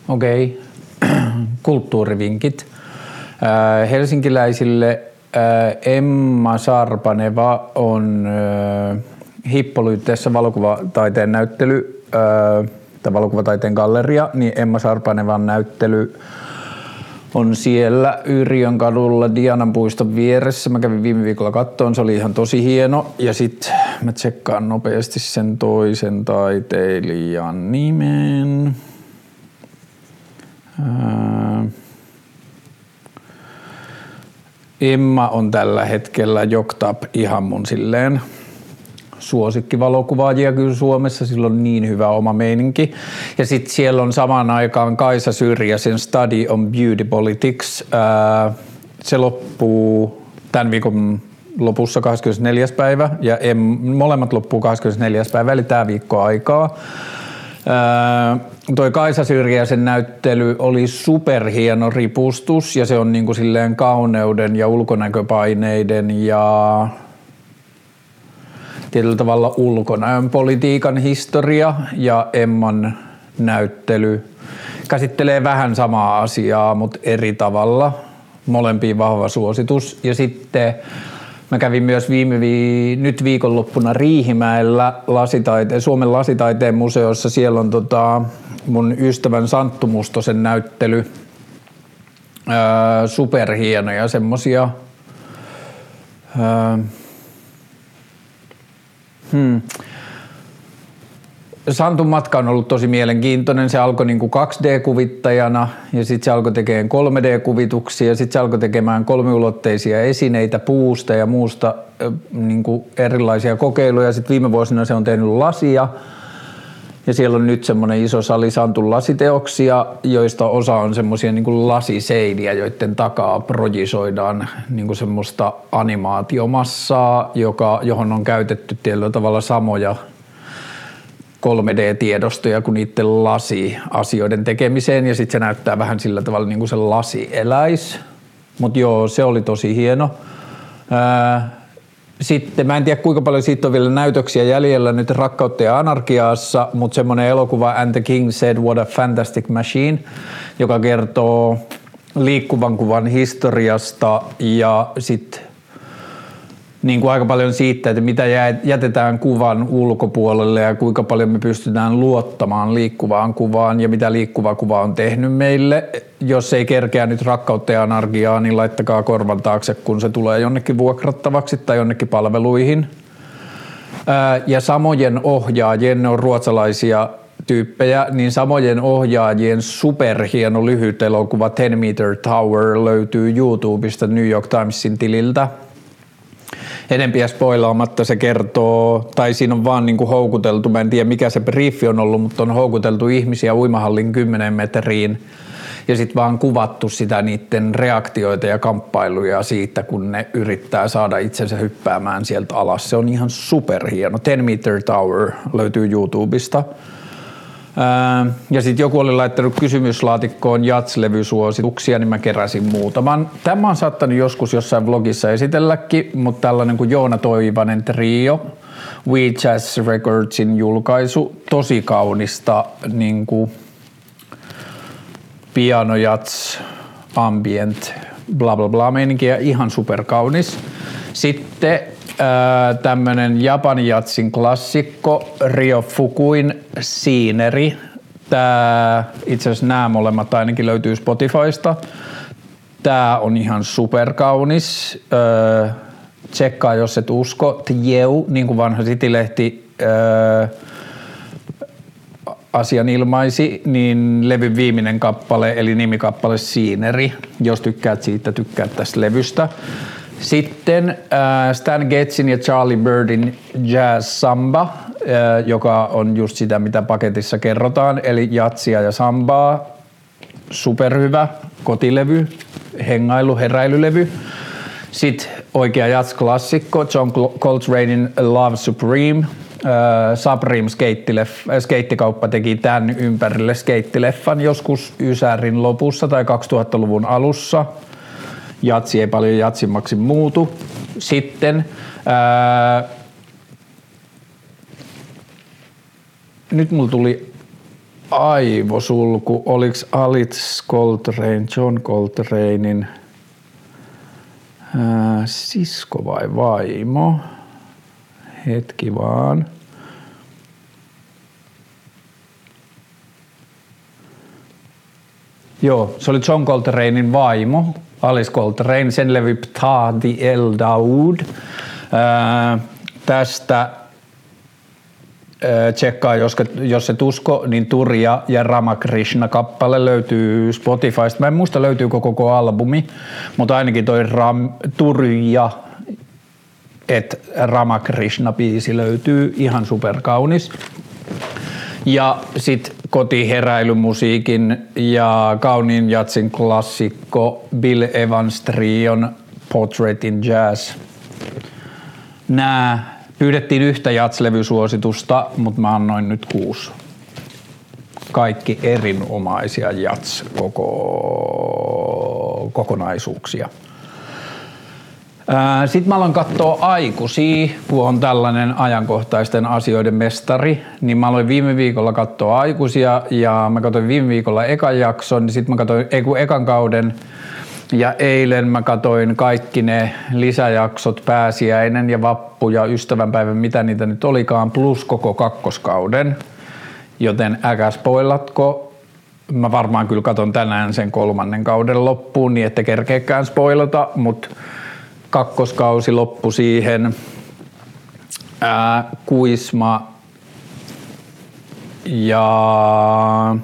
Okei. Kulttuurivinkit. Helsinkiläisille Emma Sarpaneva on Hippolyteessa valokuvataiteen näyttely tai valokuvataiteen galleria, niin Emma Sarpanevan näyttely on siellä Yrjön kadulla Dianan puiston vieressä. Mä kävin viime viikolla kattoon, se oli ihan tosi hieno. Ja sit mä tsekkaan nopeasti sen toisen taiteilijan nimen. Emma on tällä hetkellä Joktab ihan mun silleen suosikkivalokuvaajia kyllä Suomessa, sillä on niin hyvä oma meininki. Ja sitten siellä on samaan aikaan Kaisa Syrjäsen Study on Beauty Politics. Se loppuu tämän viikon lopussa 24. päivä ja molemmat loppuu 24. päivä, eli tämä viikko aikaa. Toi Kaisa Syrjäsen näyttely oli superhieno ripustus ja se on niinku silleen kauneuden ja ulkonäköpaineiden ja tietyllä tavalla ulkonäön politiikan historia, ja Emman näyttely käsittelee vähän samaa asiaa, mutta eri tavalla. Molempiin vahva suositus. Ja sitten mä kävin myös nyt viikonloppuna Riihimäellä Suomen lasitaiteen museossa. Siellä on mun ystävän Santtu Mustosen näyttely. Superhienoja semmosia. Santun matka on ollut tosi mielenkiintoinen. Se alkoi niinku 2D-kuvittajana ja sitten se alkoi tekemään 3D-kuvituksia. Sitten se alkoi tekemään kolmiulotteisia esineitä puusta ja muusta niinku erilaisia kokeiluja. Sitten viime vuosina se on tehnyt lasia. Ja siellä on nyt semmoinen iso sali Santun lasiteoksia, joista osa on semmoisia niinku lasiseiniä, joiden takaa projisoidaan niinku semmoista animaatiomassaa, johon on käytetty tietyllä tavalla samoja 3D-tiedostoja kuin niiden lasiasioiden tekemiseen, ja sitten se näyttää vähän sillä tavalla niin kuin se lasi eläisi. Mutta joo, se oli tosi hieno. Sitten mä en tiedä kuinka paljon siitä on vielä näytöksiä jäljellä nyt Rakkautta ja anarkiassa, mutta semmoinen elokuva And the King Said What a Fantastic Machine, joka kertoo liikkuvan kuvan historiasta ja sitten niin kuin aika paljon siitä, että mitä jätetään kuvan ulkopuolelle ja kuinka paljon me pystytään luottamaan liikkuvaan kuvaan ja mitä liikkuva kuva on tehnyt meille. Jos ei kerkeä nyt Rakkautta ja anarkiaa, niin laittakaa korvan taakse, kun se tulee jonnekin vuokrattavaksi tai jonnekin palveluihin. Ja samojen ohjaajien, ne on ruotsalaisia tyyppejä, niin samojen ohjaajien superhieno lyhyt elokuva 10 Meter Tower löytyy YouTubesta New York Timesin tililtä. Enempiä spoilaamatta se kertoo, tai siinä on vaan niinku houkuteltu, mä en tiedä mikä se briefi on ollut, mutta on houkuteltu ihmisiä uimahallin 10 metriin ja sitten vaan kuvattu sitä niiden reaktioita ja kamppailuja siitä, kun ne yrittää saada itsensä hyppäämään sieltä alas. Se on ihan superhieno. 10 Meter Tower löytyy YouTubesta. Ja sitten joku oli laittanut kysymyslaatikkoon Jats-levysuosituksia, niin mä keräsin muutaman. Tämä on saattanut joskus jossain vlogissa esitelläkin, mutta tällainen kuin Joona Toivanen Trio, We Jazz Recordsin julkaisu, tosi kaunista niin kuin piano, jazz, ambient, bla bla bla meininkiä, ihan superkaunis. Sitten tämmönen Japani jatsin klassikko Ryo Fukuin Scenery. Tää itse asiassa nämä molemmat ainakin löytyy Spotifysta. Tää on ihan superkaunis. Tsekkaa jos et usko. Tjeu, niin kuin vanha City-lehti asian ilmaisi, niin levyn viimeinen kappale eli nimikappale Scenery. Jos tykkäät siitä, tykkäät tästä levystä. Sitten Stan Getzin ja Charlie Birdin Jazz Samba, joka on just sitä, mitä paketissa kerrotaan, eli jatsia ja sambaa. Superhyvä kotilevy, heräilylevy. Sitten oikea jazz-klassikko, John Coltranein Love Supreme. Supreme skeittikauppa teki tämän ympärille skeittileffan joskus Ysärin lopussa tai 2000-luvun alussa. Jatsi ei paljon jatsimmaksi muutu. Sitten nyt mulla tuli aivosulku, oliks Alice Coltrane, John Coltranein sisko vai vaimo? Hetki vaan. Joo, se oli John Coltranein vaimo, Alice Coltrane, sen levy Ptah el Daoud. Tästä tsekkaa, jos se tusko, niin Turja ja Ramakrishna kappale löytyy Spotifysta. Mä en muista löytyykö koko albumi, mutta ainakin toi Turja et Ramakrishna biisi löytyy, ihan superkaunis. Ja sit kotiheräilymusiikin ja kauniin jatsin klassikko Bill Evans Trion Portrait in Jazz. Nää pyydettiin yhtä jats-levysuositusta, mutta mä annoin nyt 6. Kaikki erinomaisia kokonaisuuksia. Sitten mä aloin katsoa aikuisia, kun on tällainen ajankohtaisten asioiden mestari, niin mä aloin viime viikolla katsoa aikuisia ja mä katsoin viime viikolla ekan jakson, niin sitten mä katsoin ekan kauden ja eilen mä katsoin kaikki ne lisäjaksot, pääsiäinen ja vappu ja ystävänpäivä, mitä niitä nyt olikaan, plus koko kakkoskauden, joten äkä spoilatko. Mä varmaan kyllä katon tänään sen 3. kauden loppuun, niin ette kerkeekään spoilata, mutta kakkoskausi loppui siihen. Kuisma ja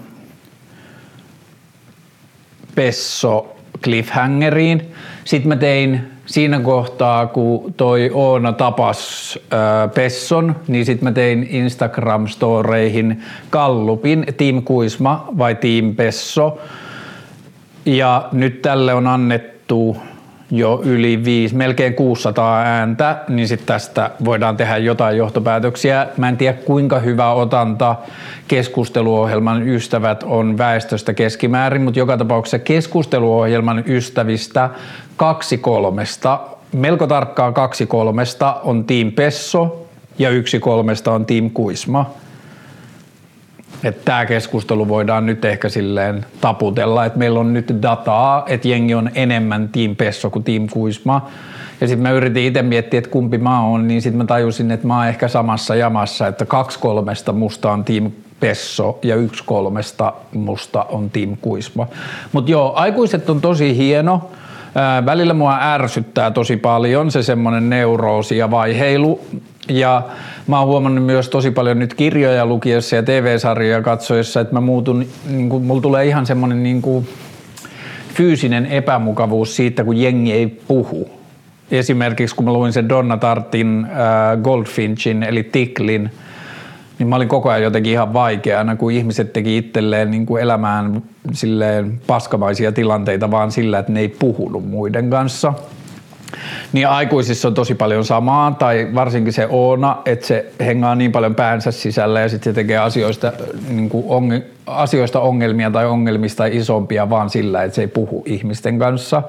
Pesso cliffhangeriin. Sitten mä tein siinä kohtaa, kun toi Oona tapas Pesson, niin sitten mä tein Instagram-storeihin gallupin Team Kuisma vai Team Pesso. Ja nyt tälle on annettu jo yli 5, melkein 600 ääntä, niin sitten tästä voidaan tehdä jotain johtopäätöksiä. Mä en tiedä kuinka hyvä otanta keskusteluohjelman ystävät on väestöstä keskimäärin, mutta joka tapauksessa keskusteluohjelman ystävistä 2/3, melko tarkkaan 2/3 on Team Pesso ja 1/3 on Team Kuisma. Että tämä keskustelu voidaan nyt ehkä silleen taputella, että meillä on nyt dataa, että jengi on enemmän Team Pesso kuin Team Kuisma. Ja sitten mä yritin itse miettiä, että kumpi mä oon, niin sitten mä tajusin, että mä oon ehkä samassa jamassa, että 2/3 musta on Team Pesso ja 1/3 musta on Team Kuisma. Mutta joo, aikuiset on tosi hieno. Välillä mua ärsyttää tosi paljon se semmoinen neuroosi ja vaiheilu. Ja mä oon huomannut myös tosi paljon nyt kirjoja lukiessa ja TV-sarjoja katsoessa, että mä muutun, mulla tulee ihan semmoinen fyysinen epämukavuus siitä, kun jengi ei puhu. Esimerkiksi kun mä luin sen Donna Tarttin Goldfinchin eli Ticklin, niin mä olin koko ajan jotenkin ihan vaikeana, kun ihmiset teki itselleen elämään silleen paskamaisia tilanteita vaan sillä, että ne ei puhunut muiden kanssa. Niin aikuisissa on tosi paljon samaa, tai varsinkin se Oona, että se hengaa niin paljon päänsä sisällä ja sitten se tekee asioista ongelmia tai ongelmista isompia vaan sillä, että se ei puhu ihmisten kanssa.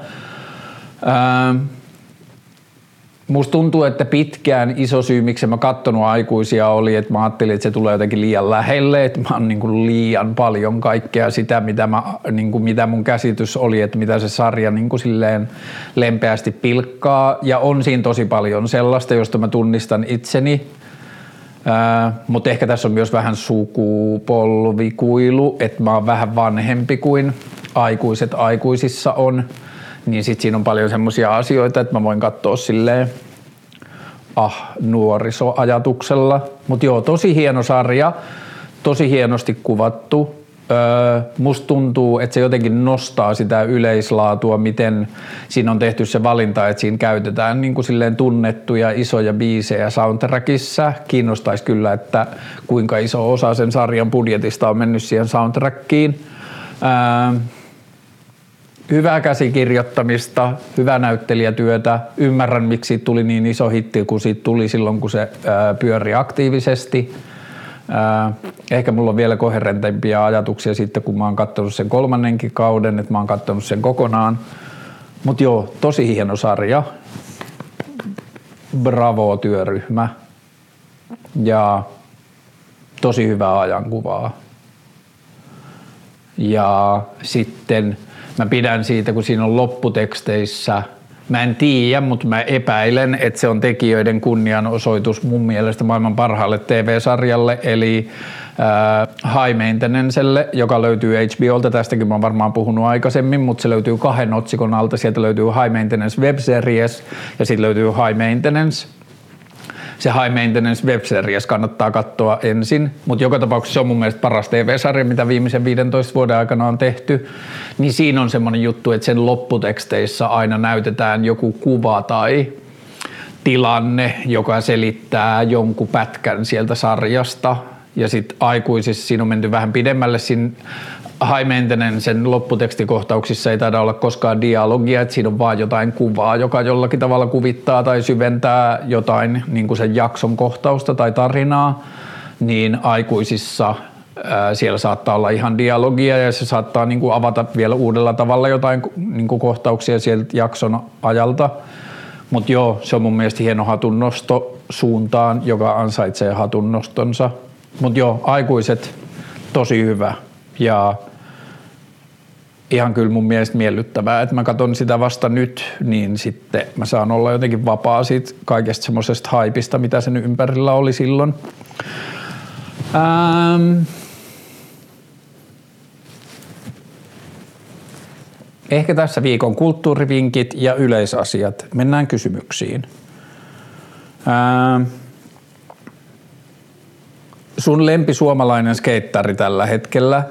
Musta tuntuu, että pitkään iso syy, miksi mä kattonut aikuisia oli, että mä ajattelin, että se tulee jotenkin liian lähelle, että mä oon liian paljon kaikkea sitä, mitä mun käsitys oli, että mitä se sarja silleen lempeästi pilkkaa. Ja on siinä tosi paljon sellaista, josta mä tunnistan itseni. Mutta ehkä tässä on myös vähän sukupolvikuilu, että mä oon vähän vanhempi kuin aikuiset aikuisissa on. Niin sit siinä on paljon semmosia asioita, että mä voin katsoa silleen nuorisoajatuksella. Mut joo, tosi hieno sarja, tosi hienosti kuvattu. Musta tuntuu, että se jotenkin nostaa sitä yleislaatua, miten siinä on tehty se valinta, että siinä käytetään silleen tunnettuja isoja biisejä soundtrackissa. Kiinnostaisi kyllä, että kuinka iso osa sen sarjan budjetista on mennyt siihen soundtrackiin. Hyvää käsikirjoittamista, hyvää näyttelijätyötä. Ymmärrän, miksi siitä tuli niin iso hitti, kun siitä tuli silloin, kun se pyöri aktiivisesti. Ehkä mulla on vielä koherentempia ajatuksia sitten, kun mä oon katsonut sen 3. kauden, että mä oon katsonut sen kokonaan. Mut joo, tosi hieno sarja. Bravo työryhmä. Ja tosi hyvää ajankuvaa. Ja sitten mä pidän siitä, kun siinä on lopputeksteissä, mä en tiedä, mutta mä epäilen, että se on tekijöiden kunnianosoitus mun mielestä maailman parhaalle TV-sarjalle, eli High Maintenancelle, joka löytyy HBOlta. Tästäkin mä oon varmaan puhunut aikaisemmin, mutta se löytyy 2 otsikon alta. Sieltä löytyy High Maintenance Web Series ja sitten löytyy High Maintenance. Se High Maintenance Web Series kannattaa katsoa ensin, mutta joka tapauksessa se on mun mielestä paras TV-sarja, mitä viimeisen 15 vuoden aikana on tehty. Niin siinä on semmoinen juttu, että sen lopputeksteissä aina näytetään joku kuva tai tilanne, joka selittää jonkun pätkän sieltä sarjasta. Ja sitten aikuisissa siinä on menty vähän pidemmälle. Siinä High Maintenancen lopputekstikohtauksissa ei taida olla koskaan dialogia, että siinä on vaan jotain kuvaa, joka jollakin tavalla kuvittaa tai syventää jotain niin kuin sen jakson kohtausta tai tarinaa, niin aikuisissa siellä saattaa olla ihan dialogia ja se saattaa niin kuin avata vielä uudella tavalla jotain niin kuin kohtauksia sieltä jakson ajalta. Mutta joo, se on mun mielestä hieno hatunnosto suuntaan, joka ansaitsee hatunnostonsa. Mutta joo, aikuiset tosi hyvä ja ihan kyllä mun mielestä miellyttävää, että mä katson sitä vasta nyt, niin sitten mä saan olla jotenkin vapaa siitä kaikesta semmoisesta haipista, mitä sen ympärillä oli silloin. Ehkä tässä viikon kulttuurivinkit ja yleisasiat. Mennään kysymyksiin. Sun lempi suomalainen skeittari tällä hetkellä.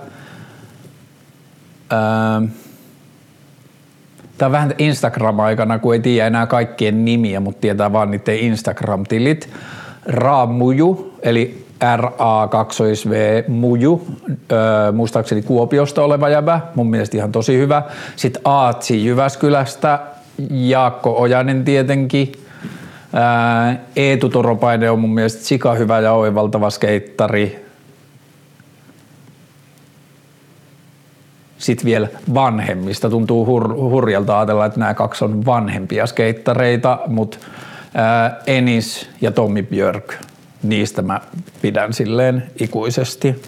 Tää on vähän Instagram-aikana, kun ei tiedä enää kaikkien nimiä, mutta tietää vaan niiden Instagram-tilit. Raamuju, eli R-A-2-V Muju, muistaakseni Kuopiosta oleva jäbä, mun mielestä ihan tosi hyvä. Sitten Aatsi Jyväskylästä, Jaakko Ojanen tietenkin. Eetu Toropainen on mun mielestä sika hyvä ja oivaltava skeittari. Sitten vielä vanhemmista. Tuntuu hurjalta ajatella, että nämä 2 on vanhempia skeittareita, mutta Enis ja Tommi Björk, niistä mä pidän silleen ikuisesti.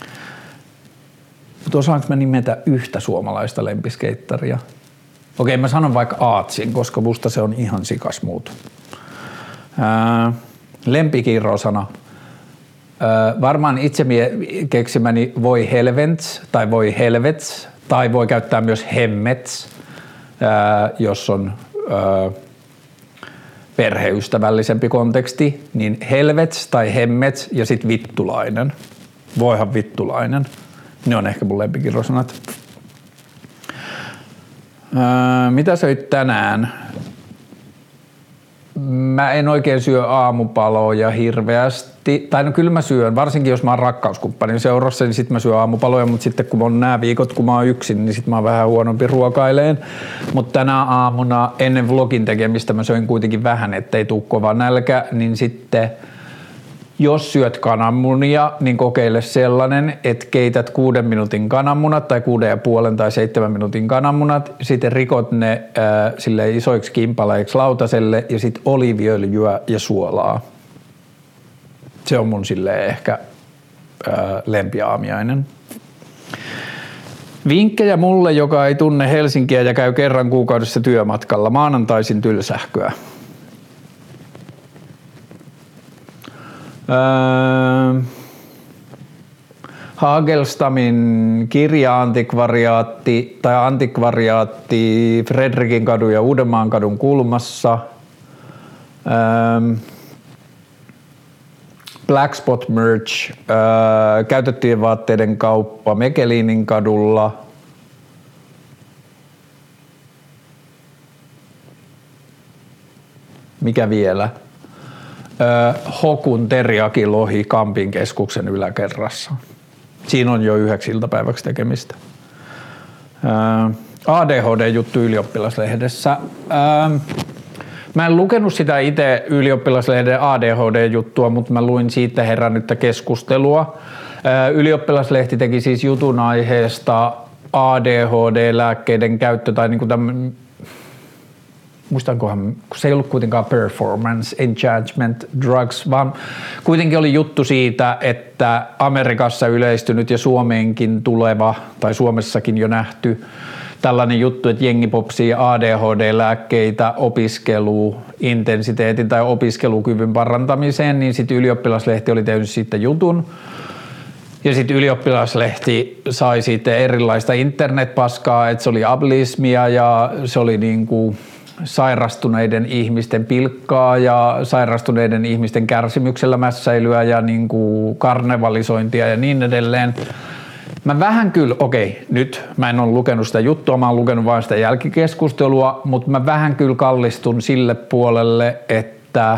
Mutta osaanko mä nimetä yhtä suomalaista lempiskeittaria? Okei, mä sanon vaikka Aatsin, koska musta se on ihan sikas muut. Lempikirosana. Varmaan itse keksimäni voi helvents tai voi helvets tai voi käyttää myös hemmets, jos on perheystävällisempi konteksti, niin helvets tai hemmets ja sitten vittulainen. Voihan vittulainen. Ne on ehkä mun lempikirjosanat. Mitä söit tänään? Mä en oikein syö aamupaloja hirveästi, tai no kyllä mä syön, varsinkin jos mä oon rakkauskumppanin seurassa, niin sit mä syön aamupaloja, mutta sitten kun on nämä viikot, kun mä oon yksin, niin sit mä oon vähän huonompi ruokaileen. Mutta tänä aamuna ennen vlogin tekemistä mä söin kuitenkin vähän, ettei tuu kova nälkä, niin sitten jos syöt kananmunia, niin kokeile sellainen, että keität 6 minuutin kananmunat tai 6,5 tai 7 minuutin kananmunat, sitten rikot ne silleen isoiksi kimpaleiksi lautaselle ja sitten oliiviöljyä ja suolaa. Se on mun silleen ehkä lempiaamiainen. Vinkkejä mulle, joka ei tunne Helsinkiä ja käy kerran kuukaudessa työmatkalla. Maanantaisin tylsähköä. Hagelstamin kirja-antikvariaatti tai antikvariaatti Fredrikin kadun ja Uudenmaan kadun kulmassa. Black Spot Merch, käytettyjen vaatteiden kauppa Mekelinin kadulla. Mikä vielä? Hokun teriakilohi Kampin keskuksen yläkerrassa. Siinä on jo 9 iltapäiväksi tekemistä. ADHD-juttu Ylioppilaslehdessä. Mä en lukenut sitä itse Ylioppilaslehden ADHD-juttua, mutta mä luin siitä herännyttä keskustelua. Ylioppilaslehti teki siis jutun aiheesta ADHD-lääkkeiden käyttö tai niinku muistankohan, kun se ei ollut kuitenkaan performance, enchantment, drugs, vaan kuitenkin oli juttu siitä, että Amerikassa yleistynyt ja Suomeenkin tuleva, tai Suomessakin jo nähty, tällainen juttu, että jengi popsii ADHD-lääkkeitä opiskeluintensiteetin tai opiskelukyvyn parantamiseen, niin sitten Ylioppilaslehti oli tehnyt siitä jutun. Ja sitten Ylioppilaslehti sai siitä erilaista internetpaskaa, että se oli ableismia ja se oli niinku sairastuneiden ihmisten pilkkaa ja sairastuneiden ihmisten kärsimyksellä mässäilyä ja niinku karnevalisointia ja niin edelleen. Mä vähän kyllä, nyt mä en ole lukenut sitä juttua, mä oon lukenut vain sitä jälkikeskustelua, mutta mä vähän kyllä kallistun sille puolelle, että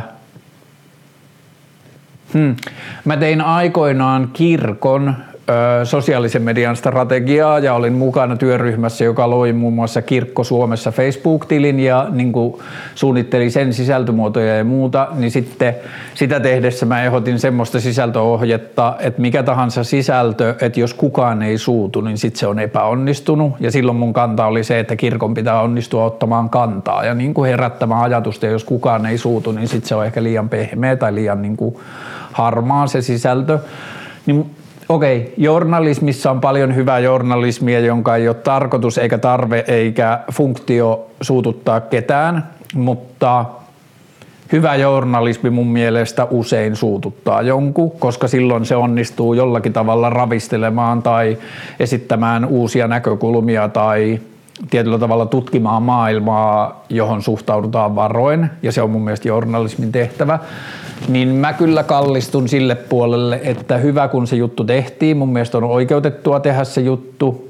mä tein aikoinaan kirkon sosiaalisen median strategiaa ja olin mukana työryhmässä, joka loi muun muassa Kirkko Suomessa Facebook-tilin ja niin kuin suunnitteli sen sisältömuotoja ja muuta, niin sitten sitä tehdessä mä ehdotin semmoista sisältöohjetta, että mikä tahansa sisältö, että jos kukaan ei suutu, niin sitten se on epäonnistunut ja silloin mun kanta oli se, että kirkon pitää onnistua ottamaan kantaa ja niin kuin herättämään ajatusta ja jos kukaan ei suutu, niin sitten se on ehkä liian pehmeä tai liian niin kuin harmaa se sisältö. Niin journalismissa on paljon hyvää journalismia, jonka ei ole tarkoitus eikä tarve eikä funktio suututtaa ketään, mutta hyvä journalismi mun mielestä usein suututtaa jonkun, koska silloin se onnistuu jollakin tavalla ravistelemaan tai esittämään uusia näkökulmia tai tietyllä tavalla tutkimaan maailmaa, johon suhtaudutaan varoen, ja se on mun mielestä journalismin tehtävä, niin mä kyllä kallistun sille puolelle, että hyvä kun se juttu tehtiin, mun mielestä on oikeutettua tehdä se juttu.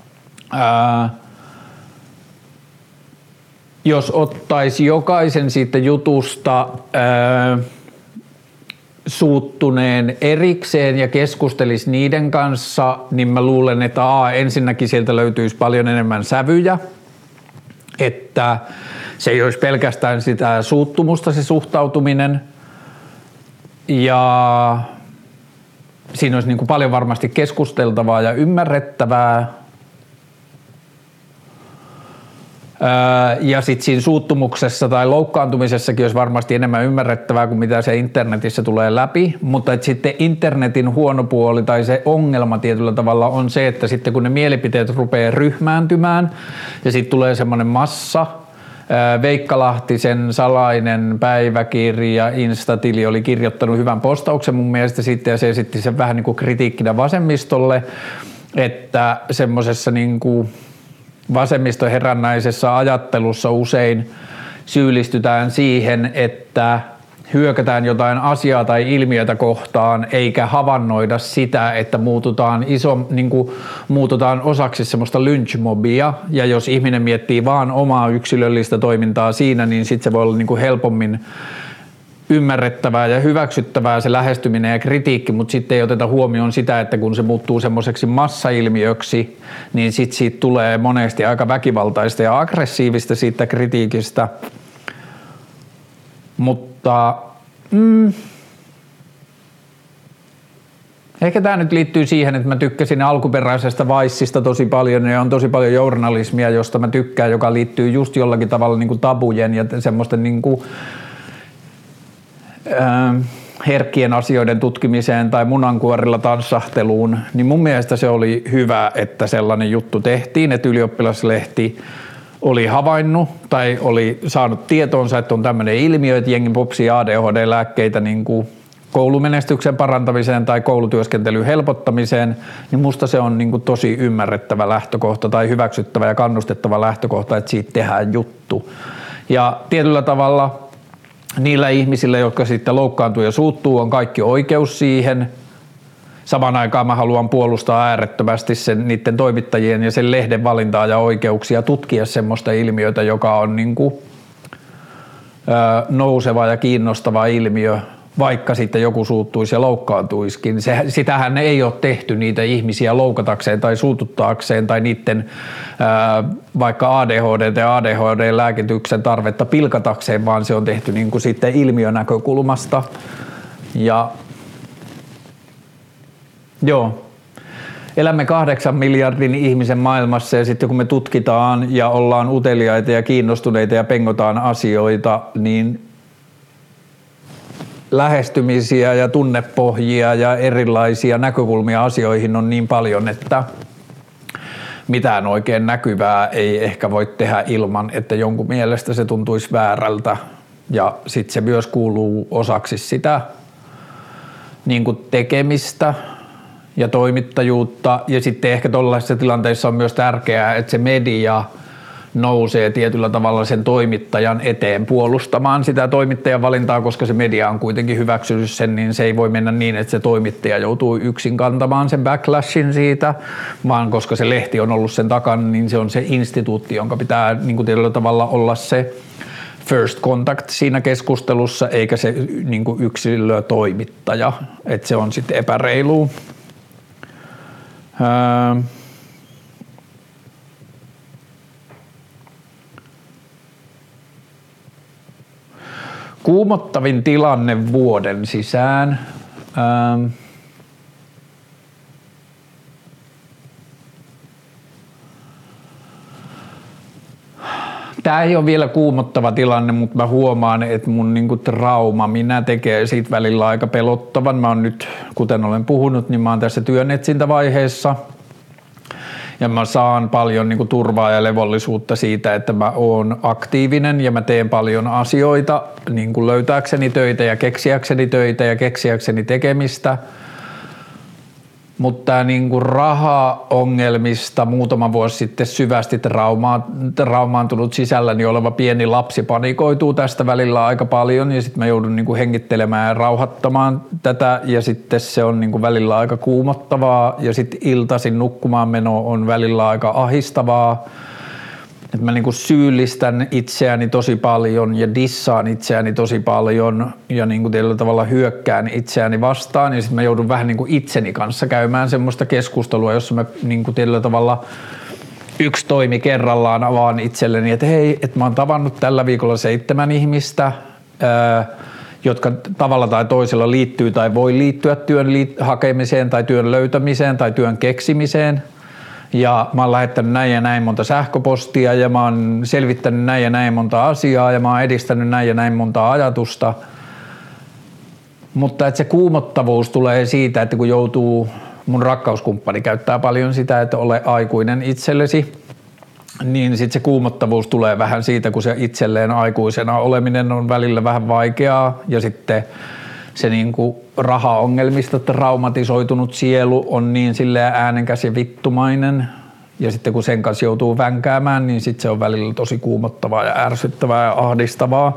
Jos ottaisi jokaisen siitä jutusta suuttuneen erikseen ja keskustelisi niiden kanssa, niin mä luulen, että ensinnäkin sieltä löytyisi paljon enemmän sävyjä, että se ei olisi pelkästään sitä suuttumusta se suhtautuminen ja siinä olisi niin kuin paljon varmasti keskusteltavaa ja ymmärrettävää. Ja sitten siinä suuttumuksessa tai loukkaantumisessakin olisi varmasti enemmän ymmärrettävää kuin mitä se internetissä tulee läpi, mutta et sitten internetin huono puoli tai se ongelma tietyllä tavalla on se, että sitten kun ne mielipiteet rupeaa ryhmääntymään ja sitten tulee semmoinen massa, Veikka Lahtisen salainen päiväkirja, Instatili oli kirjoittanut hyvän postauksen mun mielestä sitten ja se esitti sen vähän niin kuin kritiikkinä vasemmistolle, että semmoisessa niin kuin vasemmistoherännäisessä ajattelussa usein syyllistytään siihen, että hyökätään jotain asiaa tai ilmiötä kohtaan, eikä havainnoida sitä, että muututaan osaksi semmoista lynchmobia, ja jos ihminen miettii vaan omaa yksilöllistä toimintaa siinä, niin sitten se voi olla niin kuin helpommin ymmärrettävää ja hyväksyttävää se lähestyminen ja kritiikki, mutta sitten ei oteta huomioon sitä, että kun se muuttuu semmoiseksi massailmiöksi, niin sitten siitä tulee monesti aika väkivaltaista ja aggressiivista siitä kritiikistä. Mutta ehkä tämä nyt liittyy siihen, että mä tykkäsin alkuperäisestä Vicesta tosi paljon ja on tosi paljon journalismia, josta mä tykkään, joka liittyy just jollakin tavalla niin kuin tabujen ja semmoisten niin kuin herkkien asioiden tutkimiseen tai munankuorilla tanssahteluun, niin mun mielestä se oli hyvä, että sellainen juttu tehtiin, että Ylioppilaslehti oli havainnut tai oli saanut tietoonsa, että on tämmöinen ilmiö, että jengi popsii ADHD-lääkkeitä niin kuin koulumenestyksen parantamiseen tai koulutyöskentelyn helpottamiseen, niin musta se on niin kuin tosi ymmärrettävä lähtökohta tai hyväksyttävä ja kannustettava lähtökohta, että siitä tehdään juttu. Ja tietyllä tavalla niillä ihmisillä, jotka sitten loukkaantuu ja suuttuu, on kaikki oikeus siihen. Samaan aikaan mä haluan puolustaa äärettömästi niiden toimittajien ja sen lehden valintaa ja oikeuksia tutkia semmoista ilmiötä, joka on niin kuin, nouseva ja kiinnostava ilmiö, vaikka sitten joku suuttuisi ja loukkaantuisikin. Sitähän ei ole tehty niitä ihmisiä loukatakseen tai suututtaakseen tai niiden vaikka ADHD ja ADHD-lääkityksen tarvetta pilkatakseen, vaan se on tehty niin kuin sitten ilmiönäkökulmasta. Ja joo, elämme 8 miljardin ihmisen maailmassa ja sitten kun me tutkitaan ja ollaan uteliaita ja kiinnostuneita ja pengotaan asioita, niin lähestymisiä ja tunnepohjia ja erilaisia näkökulmia asioihin on niin paljon, että mitään oikein näkyvää ei ehkä voi tehdä ilman, että jonkun mielestä se tuntuisi väärältä. Ja sitten se myös kuuluu osaksi sitä niin kuin tekemistä ja toimittajuutta. Ja sitten ehkä tuollaisissa tilanteissa on myös tärkeää, että se media nousee tietyllä tavalla sen toimittajan eteen puolustamaan sitä toimittajan valintaa, koska se media on kuitenkin hyväksynyt sen, niin se ei voi mennä niin, että se toimittaja joutuu yksin kantamaan sen backlashin siitä, vaan koska se lehti on ollut sen takana, niin se on se instituutti, jonka pitää niin kuin tietyllä tavalla olla se first contact siinä keskustelussa, eikä se niin kuin yksilötoimittaja, että se on sitten epäreilua. Kuumottavin tilanne vuoden sisään. Tämä ei ole vielä kuumottava tilanne, mutta mä huomaan, että mun niinku trauma minä tekee siitä välillä aika pelottavan. Mä oon nyt, kuten olen puhunut, niin mä oon tässä työnetsintävaiheessa. Ja mä saan paljon niin kuin turvaa ja levollisuutta siitä, että mä oon aktiivinen ja mä teen paljon asioita niin kuin löytääkseni töitä ja keksiäkseni tekemistä. Mutta tämä niin kuin rahaongelmista muutama vuosi sitten syvästi traumaantunut sisälläni oleva pieni lapsi panikoituu tästä välillä aika paljon ja sitten mä joudun niin kuin hengittelemään ja rauhoittamaan tätä ja sitten se on niin kuin välillä aika kuumottavaa ja sitten iltaisin nukkumaan meno on välillä aika ahistavaa. Että mä niin kuin syyllistän itseäni tosi paljon ja dissaan itseäni tosi paljon ja niin kuin tietyllä tavalla hyökkään itseäni vastaan ja sitten mä joudun vähän niin kuin itseni kanssa käymään semmoista keskustelua, jossa mä niin kuin tietyllä tavalla yksi toimi kerrallaan avaan itselleni, että hei, että mä oon tavannut tällä viikolla 7 ihmistä, jotka tavalla tai toisella liittyy tai voi liittyä työn hakemiseen tai työn löytämiseen tai työn keksimiseen. Ja mä oon lähettänyt näin ja näin monta sähköpostia ja mä oon selvittänyt näin ja näin monta asiaa ja mä oon edistänyt näin ja näin monta ajatusta. Mutta että se kuumottavuus tulee siitä, että kun mun rakkauskumppani käyttää paljon sitä, että ole aikuinen itsellesi, niin sitten se kuumottavuus tulee vähän siitä, kun se itselleen aikuisena oleminen on välillä vähän vaikeaa ja sitten se niinku rahaongelmista traumatisoitunut sielu on niin silleen äänenkäs ja vittumainen ja sitten kun sen kanssa joutuu vänkäämään, niin sitten se on välillä tosi kuumottavaa ja ärsyttävää ja ahdistavaa.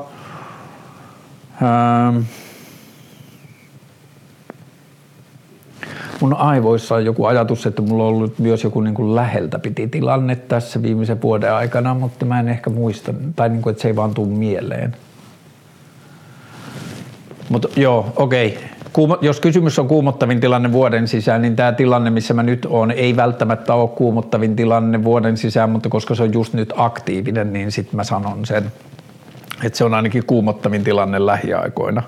Mun aivoissa on joku ajatus, että mulla on ollut myös joku niin kuin läheltä piti tilanne tässä viimeisen vuoden aikana, mutta mä en ehkä muista, tai niin kuin, että se ei vaan tule mieleen. Mutta joo, okei. Jos kysymys on kuumottavin tilanne vuoden sisään, niin tämä tilanne, missä mä nyt oon, ei välttämättä ole kuumottavin tilanne vuoden sisään, mutta koska se on just nyt aktiivinen, niin sit mä sanon sen, että se on ainakin kuumottavin tilanne lähiaikoina.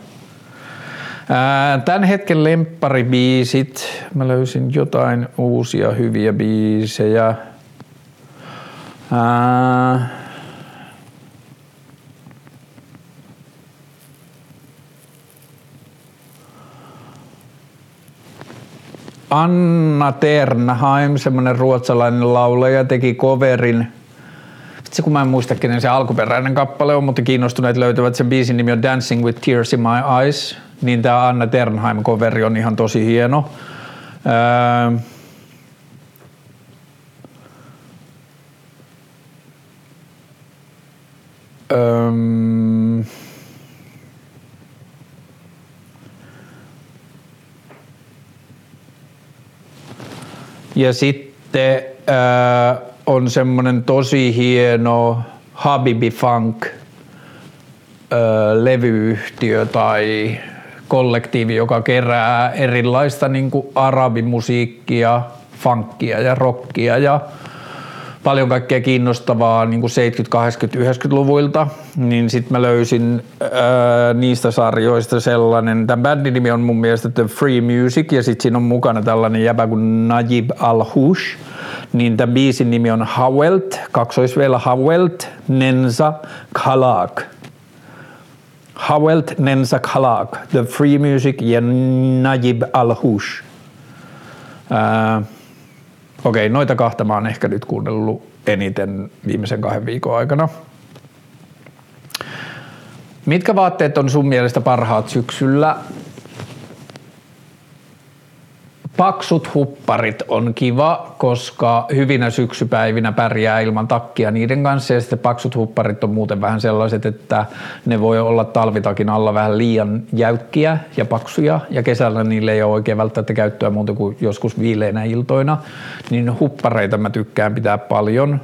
Tän hetken lempparibiisit. Mä löysin jotain uusia hyviä biisejä. Anna Ternheim, semmonen ruotsalainen laulaja, teki coverin. Vitsi kun mä en muista, kenen se alkuperäinen kappale on, mutta kiinnostuneet löytävät sen biisin nimi on Dancing with Tears in My Eyes. Niin tää Anna Ternheim-coveri on ihan tosi hieno. Ja sitten on semmonen tosi hieno Habibi Funk levyyhtiö tai kollektiivi, joka kerää erilaista niin kuin arabimusiikkia, funkia ja rockia ja paljon kaikkea kiinnostavaa niin kuin 70-, 80-, 90-luvuilta, niin sitten mä löysin niistä sarjoista sellainen, tämän bändin nimi on mun mielestä The Free Music ja sitten siinä on mukana tällainen jäbä kuin Najib Al-Hush, niin tämän biisin nimi on Hawelt, kaksoisveellä Hawelt Nenza Khalaq. Hawelt Nenza Khalaq, The Free Music ja Najib Al-Hush. Okei, noita kahta mä oon ehkä nyt kuunnellut eniten viimeisen 2 viikon aikana. Mitkä vaatteet on sun mielestä parhaat syksyllä? Paksut hupparit on kiva, koska hyvinä syksypäivinä pärjää ilman takkia niiden kanssa ja sitten paksut hupparit on muuten vähän sellaiset, että ne voi olla talvitakin alla vähän liian jäykkiä ja paksuja ja kesällä niille ei ole oikein välttämättä käyttöä muuta kuin joskus viileinä iltoina, niin huppareita mä tykkään pitää paljon.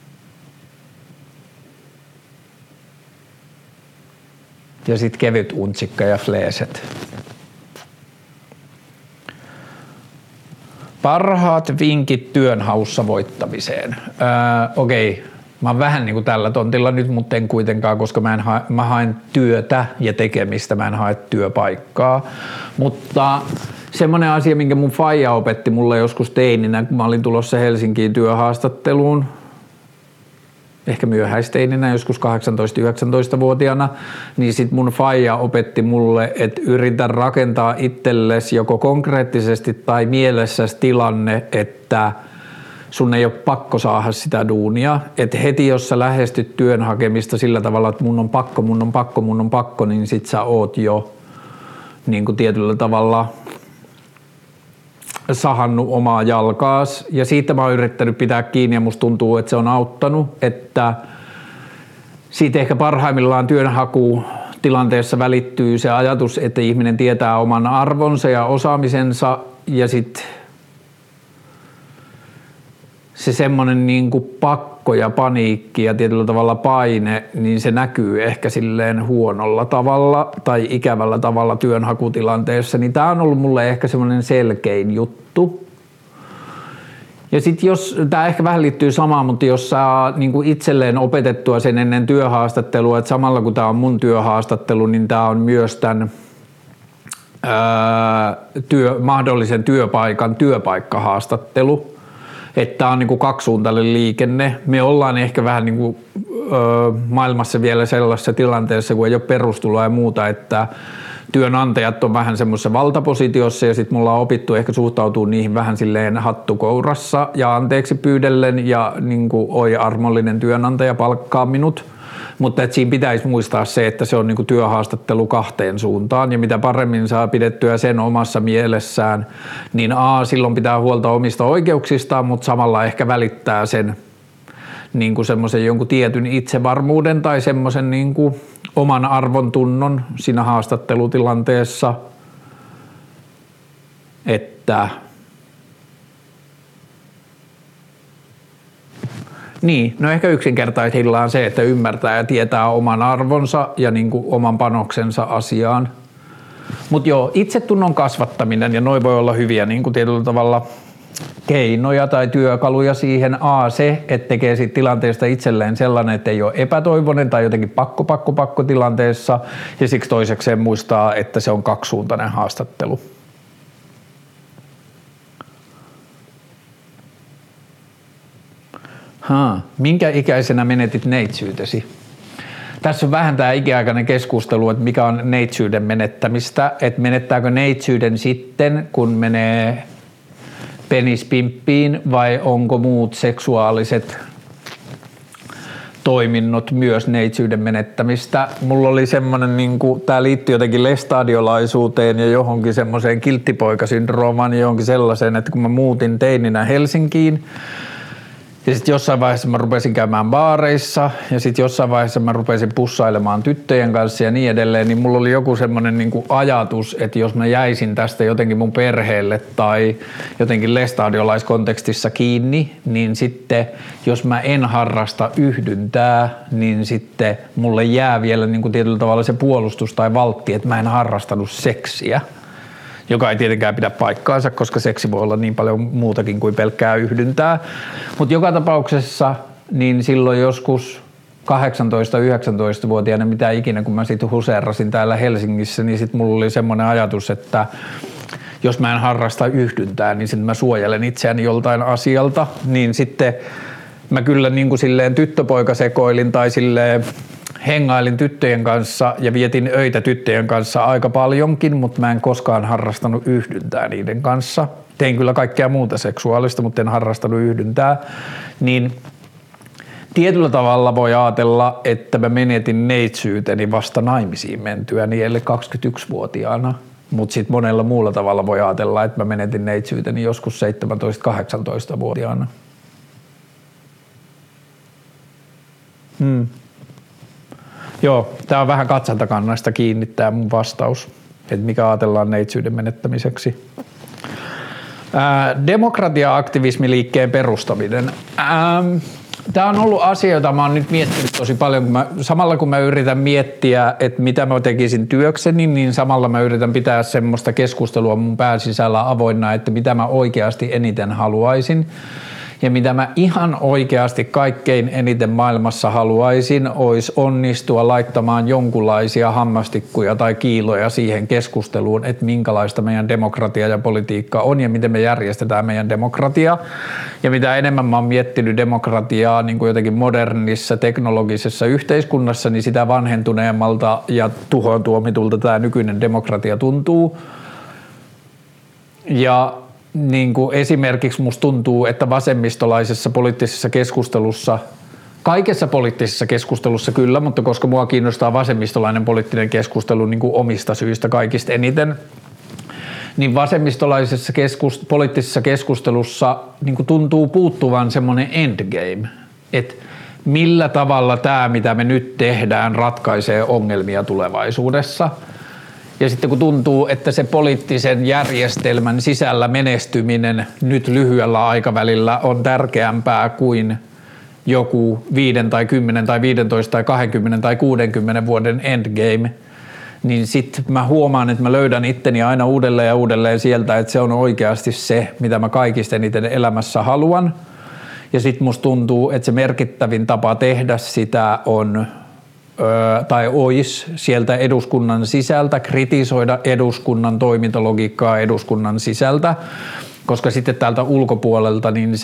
Ja sitten kevyt untsikka ja fleeset. Parhaat vinkit työnhaussa voittamiseen. Okei, mä oon vähän niin kuin tällä tontilla nyt, mutta en kuitenkaan, koska mä haen työtä ja tekemistä, mä en hae työpaikkaa. Mutta semmoinen asia, minkä mun faija opetti mulle joskus teininä, kun mä olin tulossa Helsinkiin työhaastatteluun, ehkä myöhäisteininä, joskus 18-19-vuotiaana, niin sit mun faija opetti mulle, että yritä rakentaa itsellesi joko konkreettisesti tai mielessäsi tilanne, että sun ei ole pakko saada sitä duunia. Että heti jos sä lähestyt työn hakemista sillä tavalla, että mun on pakko, niin sit sä oot jo niin kuin tietyllä tavalla sahannut omaa jalkaas ja siitä mä oon yrittänyt pitää kiinni ja musta tuntuu, että se on auttanut, että siitä ehkä parhaimmillaan työnhakutilanteessa välittyy se ajatus, että ihminen tietää oman arvonsa ja osaamisensa ja sit se semmonen niin kuin pakko ja paniikki ja tietyllä tavalla paine, niin se näkyy ehkä silleen huonolla tavalla tai ikävällä tavalla työnhakutilanteessa, niin tää on ollut mulle ehkä semmoinen selkein juttu. Ja sit jos, tää ehkä vähän liittyy samaan, mutta jos saa niin kuin itselleen opetettua sen ennen työhaastattelua, että samalla kun tää on mun työhaastattelu, niin tää on myös tämän mahdollisen työpaikan työpaikkahaastattelu. Että tämä on niin kuin kaksisuuntainen liikenne. Me ollaan ehkä vähän niin kuin, maailmassa vielä sellaisessa tilanteessa, kun ei ole perustuloa ja muuta, että työnantajat on vähän semmoisessa valtapositiossa ja sitten mulla on opittu ehkä suhtautua niihin vähän silleen hattukourassa ja anteeksi pyydellen ja niin kuin oi armollinen työnantaja palkkaa minut. Mutta että siinä pitäisi muistaa se, että se on niinku työhaastattelu 2 suuntaan ja mitä paremmin saa pidettyä sen omassa mielessään, niin silloin pitää huolta omista oikeuksistaan, mutta samalla ehkä välittää sen niinku semmoisen jonkun tietyn itsevarmuuden tai semmoisen niinku oman arvon tunnon siinä haastattelutilanteessa, että niin, no ehkä yksinkertaisillaan se, että ymmärtää ja tietää oman arvonsa ja niin kuin oman panoksensa asiaan. Mutta joo, itsetunnon kasvattaminen ja noi voi olla hyviä niin kuin tietyllä tavalla keinoja tai työkaluja siihen. Se, että tekee siitä tilanteesta itselleen sellainen, että ei ole epätoivoinen tai jotenkin pakko tilanteessa ja siksi toisekseen muistaa, että se on kaksisuuntainen haastattelu. Minkä ikäisenä menetit neitsyytesi? Tässä on vähän tämä ikiaikainen keskustelu, että mikä on neitsyyden menettämistä, että menettääkö neitsyyden sitten, kun menee penispimppiin vai onko muut seksuaaliset toiminnot myös neitsyyden menettämistä. Mulla oli semmoinen, niin tämä liittyy jotenkin lestadiolaisuuteen ja johonkin semmoiseen kilttipoikasyndroomaan ja johonkin sellaiseen, että kun mä muutin teininä Helsinkiin, ja sitten jossain vaiheessa mä rupesin käymään baareissa ja sitten jossain vaiheessa mä rupesin pussailemaan tyttöjen kanssa ja niin edelleen, niin mulla oli joku semmoinen niinku ajatus, että jos mä jäisin tästä jotenkin mun perheelle tai jotenkin lestadiolaiskontekstissa kiinni, niin sitten jos mä en harrasta yhdyntää, niin sitten mulle jää vielä niinku tietyllä tavalla se puolustus tai valtti, että mä en harrastanut seksiä. joka ei tietenkään pidä paikkaansa, koska seksi voi olla niin paljon muutakin kuin pelkkää yhdyntää. Mutta joka tapauksessa niin silloin joskus 18-19-vuotiaana, mitä ikinä, kun mä sitten huseerasin täällä Helsingissä, niin sitten mulla oli semmoinen ajatus, että jos mä en harrasta yhdyntää, niin sitten mä suojelen itseäni joltain asialta, niin sitten mä kyllä niin kuin silleen tyttöpoika sekoilin tai silleen hengailin tyttöjen kanssa ja vietin öitä tyttöjen kanssa aika paljonkin, mutta mä en koskaan harrastanut yhdyntää niiden kanssa. Tein kyllä kaikkea muuta seksuaalista, mutta en harrastanut yhdyntää. Niin tietyllä tavalla voi ajatella, että mä menetin neitsyyteni vasta naimisiin mentyäni, eli 21-vuotiaana. Mutta sitten monella muulla tavalla voi ajatella, että mä menetin neitsyyteni joskus 17-18-vuotiaana. Joo, tää on vähän katsantakannasta kiinni tää mun vastaus, että mikä ajatellaan neitsyyden menettämiseksi. Demokratia-aktivismiliikkeen perustaminen. Tämä on ollut asia, jota mä oon nyt miettinyt tosi paljon. Samalla kun mä yritän miettiä, että mitä mä tekisin työkseni, niin samalla mä yritän pitää semmoista keskustelua mun pään sisällä avoinna, että mitä mä oikeasti eniten haluaisin. Ja mitä mä ihan oikeasti kaikkein eniten maailmassa haluaisin, olisi onnistua laittamaan jonkunlaisia hammastikkuja tai kiiloja siihen keskusteluun, että minkälaista meidän demokratia ja politiikka on ja miten me järjestetään meidän demokratia. Ja mitä enemmän mä oon miettinyt demokratiaa niin kuin jotenkin modernissa teknologisessa yhteiskunnassa, niin sitä vanhentuneemmalta ja tuhoon tuomitulta tämä nykyinen demokratia tuntuu. Ja niin kuin esimerkiksi musta tuntuu, että vasemmistolaisessa poliittisessa keskustelussa, kaikessa poliittisessa keskustelussa kyllä, mutta koska mua kiinnostaa vasemmistolainen poliittinen keskustelu niin kuin omista syistä kaikista eniten, niin vasemmistolaisessa poliittisessa keskustelussa niin kuin tuntuu puuttuvan semmoinen endgame, että millä tavalla tämä, mitä me nyt tehdään, ratkaisee ongelmia tulevaisuudessa. Ja sitten kun tuntuu, että se poliittisen järjestelmän sisällä menestyminen nyt lyhyellä aikavälillä on tärkeämpää kuin joku 5 tai 10 tai 15 tai 20 tai 60 vuoden endgame, niin sitten mä huomaan, että mä löydän itteni aina uudelleen ja uudelleen sieltä, että se on oikeasti se, mitä mä kaikista eniten elämässä haluan. Ja sitten musta tuntuu, että se merkittävin tapa tehdä sitä on tai olisi sieltä eduskunnan sisältä kritisoida eduskunnan toimintalogiikkaa eduskunnan sisältä, koska sitten täältä ulkopuolelta niin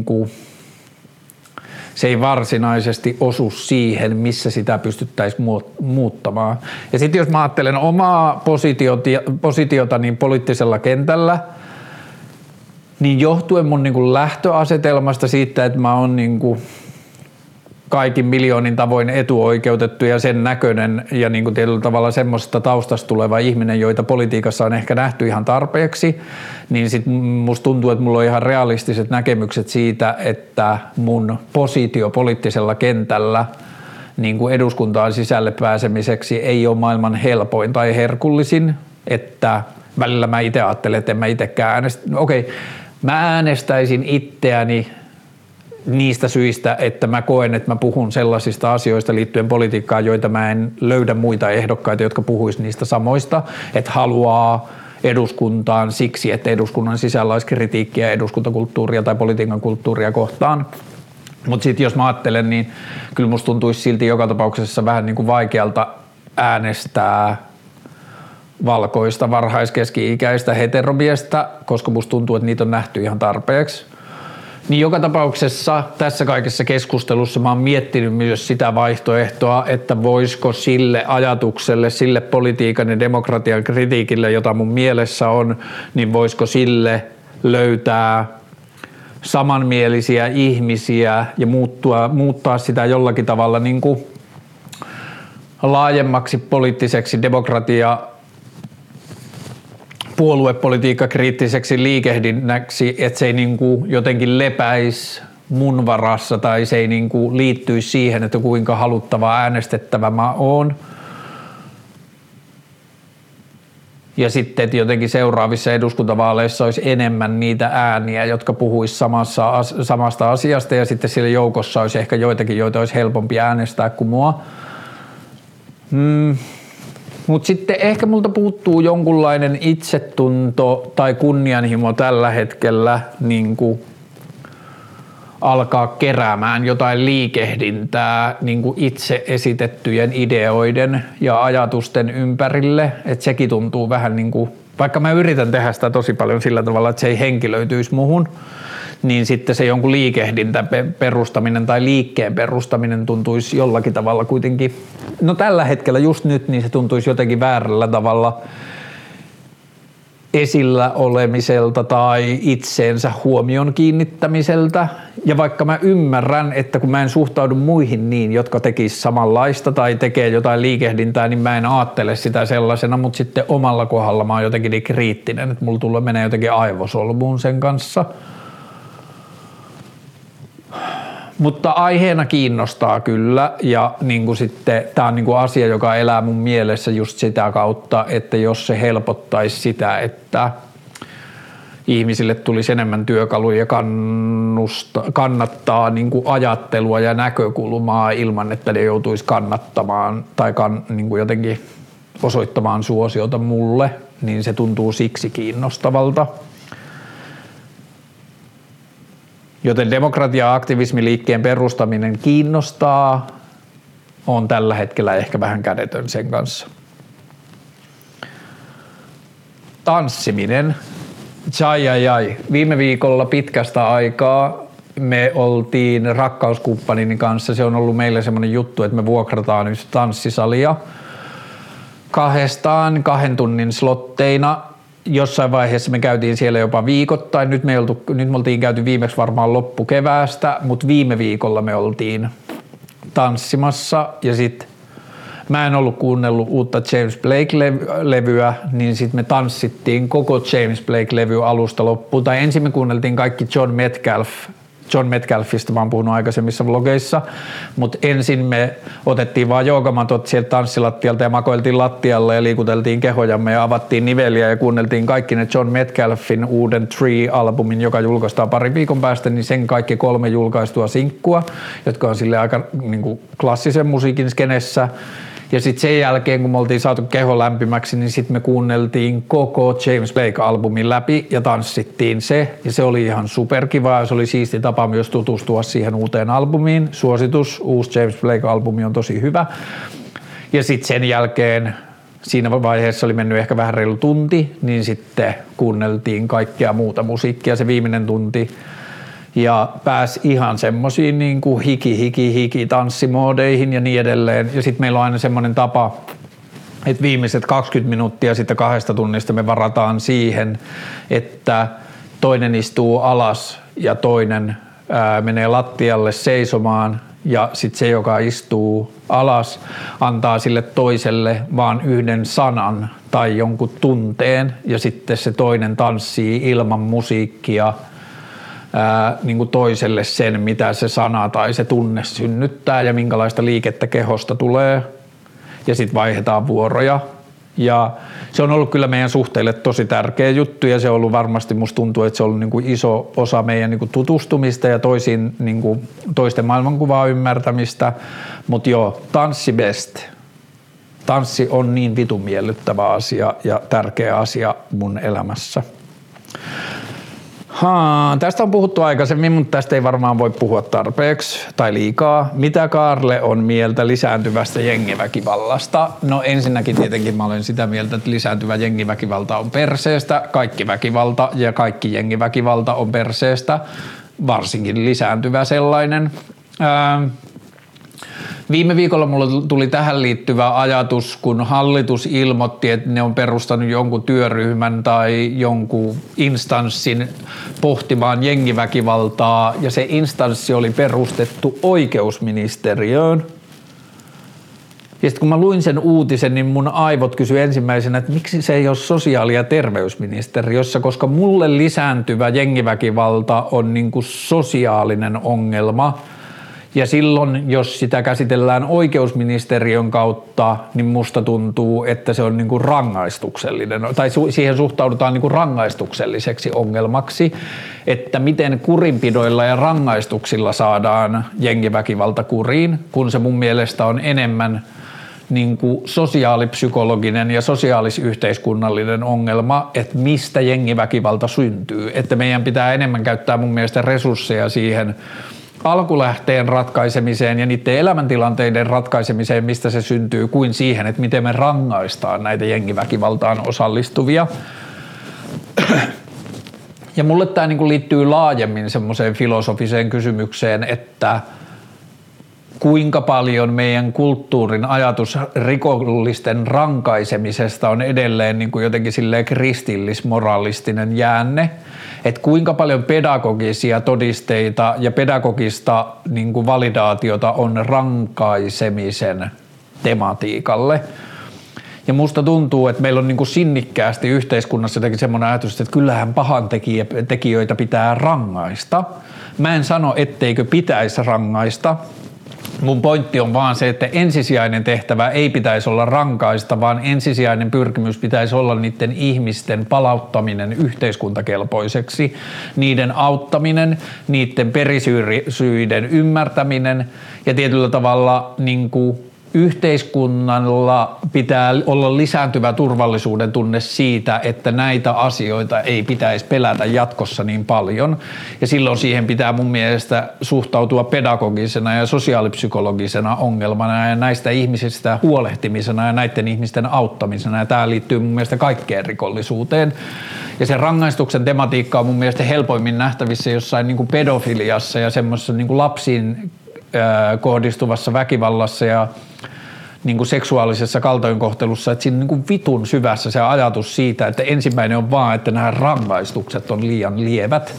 se ei varsinaisesti osu siihen, missä sitä pystyttäisiin muuttamaan. Ja sitten jos mä ajattelen omaa positiota niin poliittisella kentällä, niin johtuen mun niin kuin lähtöasetelmasta siitä, että mä oon niin kuin kaikin miljoonin tavoin etuoikeutettu ja sen näköinen ja niin kuin tietyllä tavalla semmoisesta taustasta tuleva ihminen, joita politiikassa on ehkä nähty ihan tarpeeksi, niin sit musta tuntuu, että mulla on ihan realistiset näkemykset siitä, että mun positio poliittisella kentällä niin kuin eduskuntaan sisälle pääsemiseksi ei ole maailman helpoin tai herkullisin, että välillä mä itse ajattelen, että en mä itsekään äänestä. Mä äänestäisin itseäni niistä syistä, että mä koen, että mä puhun sellaisista asioista liittyen politiikkaan, joita mä en löydä muita ehdokkaita, jotka puhuis niistä samoista, että haluaa eduskuntaan siksi, että eduskunnan sisällä olisi kritiikkiä eduskuntakulttuuria tai politiikan kulttuuria kohtaan. Mutta sitten jos mä ajattelen, niin kyllä musta tuntuisi silti joka tapauksessa vähän niin kuin vaikealta äänestää valkoista, varhaiskeski-ikäistä heteromiestä, koska musta tuntuu, että niitä on nähty ihan tarpeeksi. Niin joka tapauksessa tässä kaikessa keskustelussa mä oon miettinyt myös sitä vaihtoehtoa, että voisiko sille ajatukselle, sille politiikan ja demokratian kritiikille, jota mun mielessä on, niin voisiko sille löytää samanmielisiä ihmisiä ja muuttaa sitä jollakin tavalla niin kuin laajemmaksi poliittiseksi puoluepolitiikka kriittiseksi liikehdinnäksi, että se ei niin kuin jotenkin lepäisi mun varassa tai se ei niin kuin liittyisi siihen, että kuinka haluttava äänestettävä mä oon. Ja sitten, että jotenkin seuraavissa eduskuntavaaleissa olisi enemmän niitä ääniä, jotka puhuisi samasta asiasta ja sitten siellä joukossa olisi ehkä joitakin, joita olisi helpompi äänestää kuin mua. Mutta sitten ehkä multa puuttuu jonkunlainen itsetunto tai kunnianhimo tällä hetkellä niin kuin alkaa keräämään jotain liikehdintää niin kuin itse esitettyjen ideoiden ja ajatusten ympärille. Että sekin tuntuu vähän niin kuin, vaikka mä yritän tehdä sitä tosi paljon sillä tavalla, että se ei henkilöityisi muhun, niin sitten se jonkun liikehdintä perustaminen tai liikkeen perustaminen tuntuisi jollakin tavalla kuitenkin, no tällä hetkellä just nyt, niin se tuntuisi jotenkin väärällä tavalla esillä olemiselta tai itseensä huomion kiinnittämiseltä. Ja vaikka mä ymmärrän, että kun mä en suhtaudu muihin niin, jotka tekis samanlaista tai tekee jotain liikehdintää, niin mä en ajattele sitä sellaisena, mutta sitten omalla kohdalla mä oon jotenkin niin kriittinen, että mulla menee jotenkin aivosolmuun sen kanssa. Mutta aiheena kiinnostaa kyllä ja niin kuin sitten tämä on niin kuin asia, joka elää mun mielessä just sitä kautta, että jos se helpottaisi sitä, että ihmisille tulisi enemmän työkaluja ja kannattaa niin kuin ajattelua ja näkökulmaa ilman, että ne joutuisi kannattamaan tai niin kuin jotenkin osoittamaan suosiota mulle, niin se tuntuu siksi kiinnostavalta. Joten demokratia-aktivismiliikkeen perustaminen kiinnostaa, on tällä hetkellä ehkä vähän kädetön sen kanssa. Tanssiminen. Viime viikolla pitkästä aikaa me oltiin rakkauskumppanini kanssa. Se on ollut meille semmoinen juttu, että me vuokrataan nyt tanssisalia 2 tunnin slotteina. Jossain vaiheessa me käytiin siellä jopa viikoittain. Nyt me oltiin käyty viimeksi varmaan loppukeväästä, mutta viime viikolla me oltiin tanssimassa ja sitten mä en ollut kuunnellut uutta James Blake-levyä, niin sitten me tanssittiin koko James Blake-levy alusta loppuun. Tai ensin me kuunneltiin kaikki John Metcalfista mä oon puhunut aikaisemmissa vlogeissa, mutta ensin me otettiin vaan joogamatot sieltä tanssilattialta ja makoiltiin lattialle ja liikuteltiin kehojamme ja avattiin niveliä ja kuunneltiin kaikki ne John Metcalfin uuden Tree-albumin, joka julkaistaan parin viikon päästä, niin sen kaikki 3 julkaistua sinkkua, jotka on sille aika niin kuin klassisen musiikin skenessä. Ja sitten sen jälkeen, kun me oltiin saatu keho lämpimäksi, niin sitten me kuunneltiin koko James Blake-albumin läpi ja tanssittiin se. Ja se oli ihan superkivaa ja se oli siisti tapa myös tutustua siihen uuteen albumiin. Suositus, uusi James Blake-albumi on tosi hyvä. Ja sitten sen jälkeen, siinä vaiheessa oli mennyt ehkä vähän reilu tunti, niin sitten kuunneltiin kaikkea muuta musiikkia se viimeinen tunti. Ja pääsi ihan semmoisiin niin kuin hiki tanssimoodeihin ja niin edelleen. Ja sitten meillä on aina semmoinen tapa, että viimeiset 20 minuuttia sitten 2 tunnista me varataan siihen, että toinen istuu alas ja toinen menee lattialle seisomaan ja sitten se, joka istuu alas, antaa sille toiselle vaan yhden sanan tai jonkun tunteen ja sitten se toinen tanssii ilman musiikkia niin kuin toiselle sen, mitä se sana tai se tunne synnyttää ja minkälaista liikettä kehosta tulee ja sitten vaihdetaan vuoroja ja se on ollut kyllä meidän suhteille tosi tärkeä juttu ja se on ollut varmasti, musta tuntuu, että se on ollut niin kuin iso osa meidän niin kuin tutustumista ja niin kuin toisten maailmankuvaa ymmärtämistä, mutta joo, tanssi best. Tanssi on niin vitun miellyttävä asia ja tärkeä asia mun elämässä. Tästä on puhuttu aikaisemmin, mutta tästä ei varmaan voi puhua tarpeeksi tai liikaa. Mitä Kaarle on mieltä lisääntyvästä jengiväkivallasta? No ensinnäkin tietenkin mä olen sitä mieltä, että lisääntyvä jengiväkivalta on perseestä. Kaikki väkivalta ja kaikki jengiväkivalta on perseestä, varsinkin lisääntyvä sellainen. Viime viikolla mulle tuli tähän liittyvä ajatus, kun hallitus ilmoitti, että ne on perustanut jonkun työryhmän tai jonkun instanssin pohtimaan jengiväkivaltaa ja se instanssi oli perustettu oikeusministeriöön. Ja sitten kun mä luin sen uutisen, niin mun aivot kysyi ensimmäisenä, että miksi se ei ole sosiaali- ja terveysministeriössä, koska mulle lisääntyvä jengiväkivalta on niin kuin sosiaalinen ongelma. Ja silloin, jos sitä käsitellään oikeusministeriön kautta, niin musta tuntuu, että se on niin kuin rangaistuksellinen, tai siihen suhtaudutaan niin kuin rangaistukselliseksi ongelmaksi, että miten kurinpidoilla ja rangaistuksilla saadaan jengiväkivalta kuriin, kun se mun mielestä on enemmän niin kuin sosiaalipsykologinen ja sosiaalis-yhteiskunnallinen ongelma, että mistä jengiväkivalta syntyy. Että meidän pitää enemmän käyttää mun mielestä resursseja siihen alkulähteen ratkaisemiseen ja niiden elämäntilanteiden ratkaisemiseen, mistä se syntyy, kuin siihen, että miten me rangaistaan näitä jengiväkivaltaan osallistuvia. Ja mulle tämä niin kuin liittyy laajemmin semmoiseen filosofiseen kysymykseen, että kuinka paljon meidän kulttuurin ajatus rikollisten rankaisemisesta on edelleen niin kuin jotenkin silleen kristillismoralistinen jäänne, että kuinka paljon pedagogisia todisteita ja pedagogista niin kuin validaatiota on rankaisemisen tematiikalle. Ja musta tuntuu, että meillä on niin kuin sinnikkäästi yhteiskunnassa jotenkin semmoinen ajatus, että kyllähän pahantekijöitä pitää rangaista. Mä en sano, etteikö pitäisi rangaista. Mun pointti on vaan se, että ensisijainen tehtävä ei pitäisi olla rankaista, vaan ensisijainen pyrkimys pitäisi olla niiden ihmisten palauttaminen yhteiskuntakelpoiseksi, niiden auttaminen, niiden perisyiden ymmärtäminen ja tietyllä tavalla niin kuin yhteiskunnalla pitää olla lisääntyvä turvallisuuden tunne siitä, että näitä asioita ei pitäisi pelätä jatkossa niin paljon. Ja silloin siihen pitää mun mielestä suhtautua pedagogisena ja sosiaalipsykologisena ongelmana ja näistä ihmisistä huolehtimisena ja näiden ihmisten auttamisena. Ja tämä liittyy mun mielestä kaikkeen rikollisuuteen. Ja se rangaistuksen tematiikka on mun mielestä helpoimmin nähtävissä jossain niin kuin pedofiliassa ja semmoisessa niin kuin lapsiin kohdistuvassa väkivallassa ja niin kuin seksuaalisessa kaltoinkohtelussa, että siinä niin kuin vitun syvässä se ajatus siitä, että ensimmäinen on vaan, että nämä rangaistukset on liian lievät.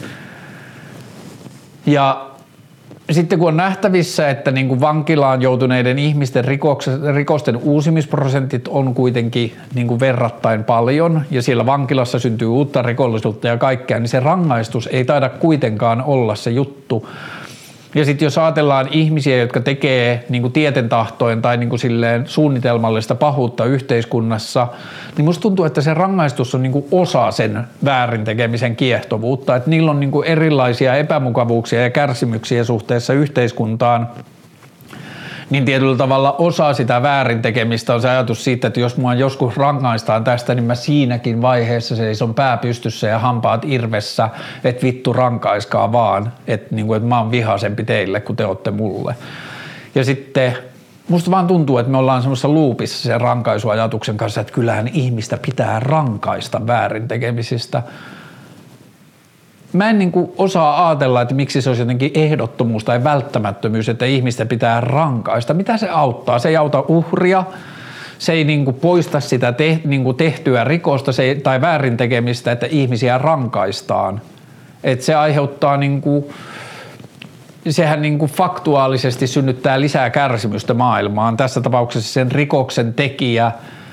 Ja sitten kun on nähtävissä, että niin kuin vankilaan joutuneiden ihmisten rikosten uusimisprosentit on kuitenkin niin kuin verrattain paljon ja siellä vankilassa syntyy uutta rikollisuutta ja kaikkea, niin se rangaistus ei taida kuitenkaan olla se juttu. Ja sitten jos ajatellaan ihmisiä, jotka tekee niin kuin tieten tahtoen tai niin kuin silleen suunnitelmallista pahuutta yhteiskunnassa, niin musta tuntuu, että se rangaistus on niin kuin osa sen väärin tekemisen kiehtovuutta, että niillä on niin kuin erilaisia epämukavuuksia ja kärsimyksiä suhteessa yhteiskuntaan. Niin tietyllä tavalla osa sitä väärin tekemistä on se ajatus siitä, että jos mua joskus rangaistaan tästä, niin mä siinäkin vaiheessa seison pää pystyssä ja hampaat irvessä, että vittu rankaiskaa vaan, että, niin kuin, että mä oon vihaisempi teille kuin te ootte mulle. Ja sitten musta vaan tuntuu, että me ollaan semmoisessa loopissa sen rankaisuajatuksen kanssa, että kyllähän ihmistä pitää rankaista väärin tekemisistä. Mä en niin kuin osaa ajatella, että miksi se olisi jotenkin ehdottomuus tai välttämättömyys, että ihmistä pitää rankaista. Mitä se auttaa? Se ei auta uhria, se ei niin kuin poista sitä niin kuin tehtyä rikosta tai väärin tekemistä, että ihmisiä rankaistaan. Että se aiheuttaa, niin kuin, sehän niin kuin faktuaalisesti synnyttää lisää kärsimystä maailmaan. Tässä tapauksessa sen rikoksen tekijä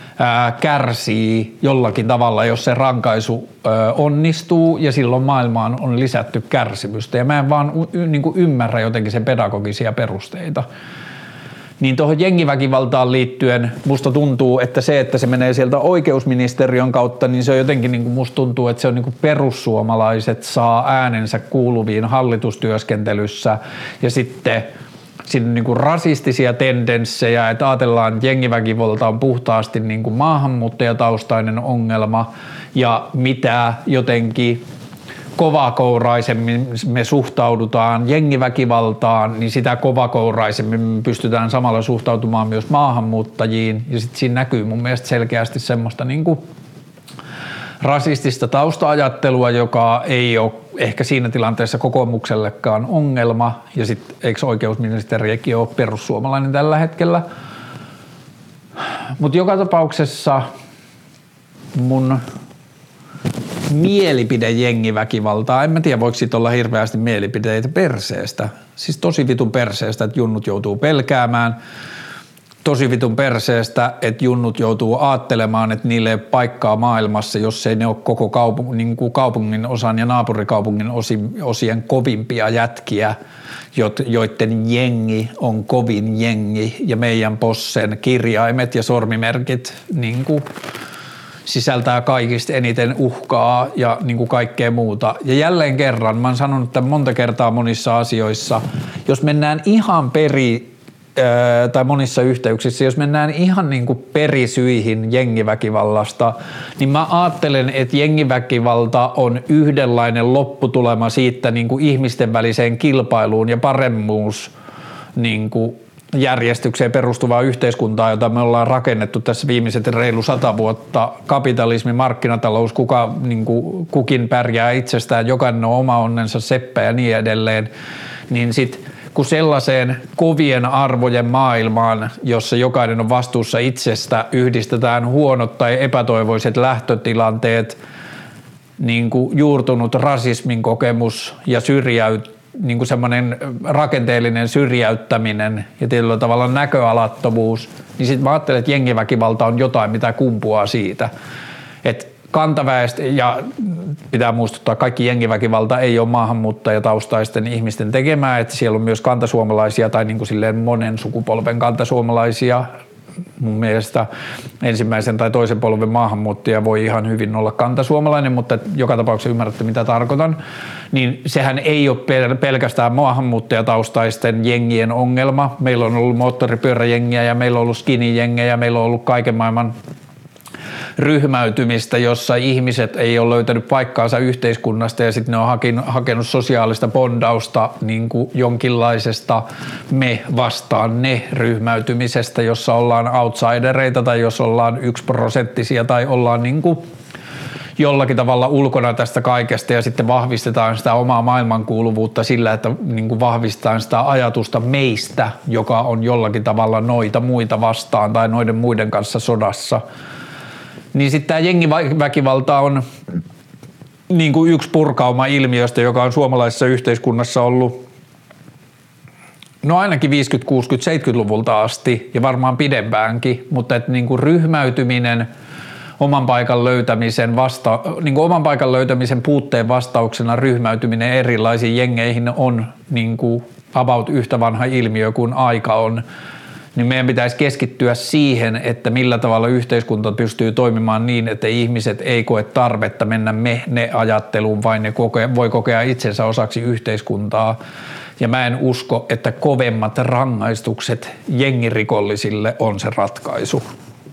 kärsii jollakin tavalla, jos se rankaisu onnistuu ja silloin maailmaan on lisätty kärsimystä. Ja mä en vaan niin kuin ymmärrä jotenkin sen pedagogisia perusteita. Niin tuohon jengiväkivaltaan liittyen musta tuntuu, että se menee sieltä oikeusministeriön kautta, niin se on jotenkin, niin kuin musta tuntuu, että se on niin kuin perussuomalaiset saa äänensä kuuluviin hallitustyöskentelyssä ja sitten siinä on niin kuin rasistisia tendenssejä, että ajatellaan, että jengiväkivalta on puhtaasti niin kuin maahanmuuttajataustainen ongelma ja mitä jotenkin kovakouraisemmin me suhtaudutaan jengiväkivaltaan, niin sitä kovakouraisemmin me pystytään samalla suhtautumaan myös maahanmuuttajiin ja sitten siinä näkyy mun mielestä selkeästi semmoista niin kuin rasistista tausta-ajattelua, joka ei ole ehkä siinä tilanteessa kokoomuksellekaan ongelma, ja sitten eikö oikeusministeriökin ole perussuomalainen tällä hetkellä. Mutta joka tapauksessa mun mielipide jengiväkivaltaa, en mä tiedä voiko siitä olla hirveästi mielipideitä perseestä, siis tosi vitun perseestä, että junnut joutuu pelkäämään, tosi vitun perseestä, että junnut joutuu aattelemaan, että niille ei ole paikkaa maailmassa, jos ei ne ole koko niin kuin kaupungin osan ja naapurikaupungin osien kovimpia jätkiä, joiden jengi on kovin jengi ja meidän bossen kirjaimet ja sormimerkit niin kuin sisältää kaikista eniten uhkaa ja niin kuin kaikkea muuta. Ja jälleen kerran, mä oon sanonut tämän monta kertaa monissa asioissa, jos mennään ihan tai monissa yhteyksissä, jos mennään ihan niin kuin perisyihin jengiväkivallasta, niin mä ajattelen, että jengiväkivalta on yhdenlainen lopputulema siitä niin kuin ihmisten väliseen kilpailuun ja paremmuus niin kuin järjestykseen perustuvaa yhteiskuntaa, jota me ollaan rakennettu tässä viimeiset reilu 100 vuotta, kapitalismi, markkinatalous, kukin pärjää itsestään, jokainen on oma onnensa seppä ja niin edelleen, niin sitten kun sellaiseen kovien arvojen maailmaan, jossa jokainen on vastuussa itsestä, yhdistetään huonot tai epätoivoiset lähtötilanteet, niin kuin juurtunut rasismin kokemus ja niin kuin semmoinen rakenteellinen syrjäyttäminen ja tietyllä tavalla näköalattomuus, niin sitten mä ajattelen, että jengiväkivalta on jotain, mitä kumpuaa siitä. Et kantaväestö, ja pitää muistuttaa, kaikki jengiväkivalta ei ole maahanmuuttajataustaisten ihmisten tekemää, että siellä on myös kantasuomalaisia tai niin kuin silleen monen sukupolven kantasuomalaisia. Mun mielestä ensimmäisen tai toisen polven maahanmuuttaja voi ihan hyvin olla kantasuomalainen, mutta joka tapauksessa ymmärrätte mitä tarkoitan, niin sehän ei ole pelkästään maahanmuuttajataustaisten jengien ongelma. Meillä on ollut moottoripyöräjengiä ja meillä on ollut skinny-jengejä ja meillä on ollut kaiken maailman ryhmäytymistä, jossa ihmiset ei ole löytänyt paikkaansa yhteiskunnasta ja sitten ne on hakenut sosiaalista bondausta niin kuin jonkinlaisesta me vastaan ne ryhmäytymisestä, jossa ollaan outsidereita tai jos ollaan 1% tai ollaan niin kuin jollakin tavalla ulkona tästä kaikesta ja sitten vahvistetaan sitä omaa maailmankuuluvuutta sillä, että niin kuin vahvistetaan sitä ajatusta meistä, joka on jollakin tavalla noita muita vastaan tai noiden muiden kanssa sodassa. Niin sitten tämä jengiväkivalta on niin kuin yksi purkauma ilmiöstä, joka on suomalaisessa yhteiskunnassa ollut no ainakin 50-, 60-, 70-luvulta asti ja varmaan pidempäänkin, mutta että niin kuin ryhmäytyminen oman paikan löytämisen oman paikan löytämisen puutteen vastauksena ryhmäytyminen erilaisiin jengeihin on niin kuin about yhtä vanha ilmiö kuin aika on. Niin meidän pitäisi keskittyä siihen, että millä tavalla yhteiskunta pystyy toimimaan niin, että ihmiset ei koe tarvetta mennä ne-ajatteluun, vaan ne voi kokea itsensä osaksi yhteiskuntaa. Ja mä en usko, että kovemmat rangaistukset jengirikollisille on se ratkaisu.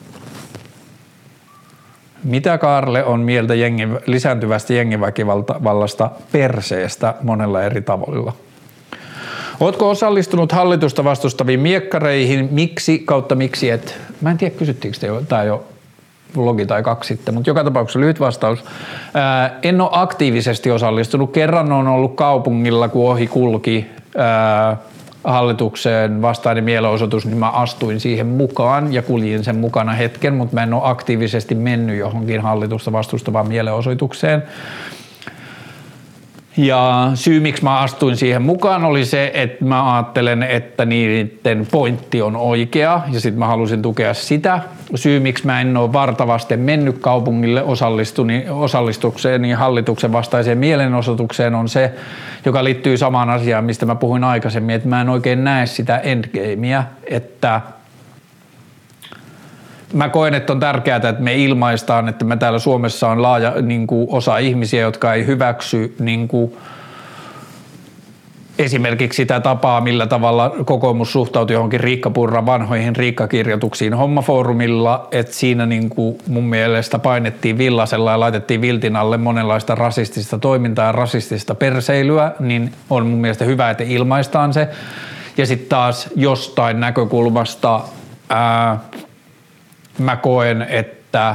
Mitä Kaarle on mieltä lisääntyvästä jengiväkivallasta perseestä monella eri tavoilla? Ootko osallistunut hallitusta vastustaviin miekkareihin? Miksi kautta miksi et? Mä en tiedä, kysyttiinkö tämä jo vlogi tai 2 sitten, mutta joka tapauksessa lyhyt vastaus. En ole aktiivisesti osallistunut. Kerran on ollut kaupungilla, kun ohi kulki hallitukseen vastainen mielenosoitus, niin mä astuin siihen mukaan ja kuljin sen mukana hetken, mutta mä en ole aktiivisesti mennyt johonkin hallitusta vastustavaan mielenosoitukseen. Ja syy, miksi mä astuin siihen mukaan, oli se, että mä ajattelen, että niiden pointti on oikea ja sitten mä halusin tukea sitä. Syy, miksi mä en ole vartavasti mennyt kaupungille osallistukseen niin hallituksen vastaiseen mielenosoitukseen on se, joka liittyy samaan asiaan, mistä mä puhuin aikaisemmin, että mä en oikein näe sitä endgameä, että mä koen, että on tärkeää, että me ilmaistaan, että me täällä Suomessa on laaja niin kuin osa ihmisiä, jotka ei hyväksy niin kuin esimerkiksi sitä tapaa, millä tavalla kokoomus suhtautui johonkin Riikka Purran vanhoihin Riikka-kirjoituksiin Hommafoorumilla, että siinä niin kuin mun mielestä painettiin villasella ja laitettiin viltin alle monenlaista rasistista toimintaa ja rasistista perseilyä, niin on mun mielestä hyvä, että ilmaistaan se. Ja sitten taas jostain näkökulmasta mä koen, että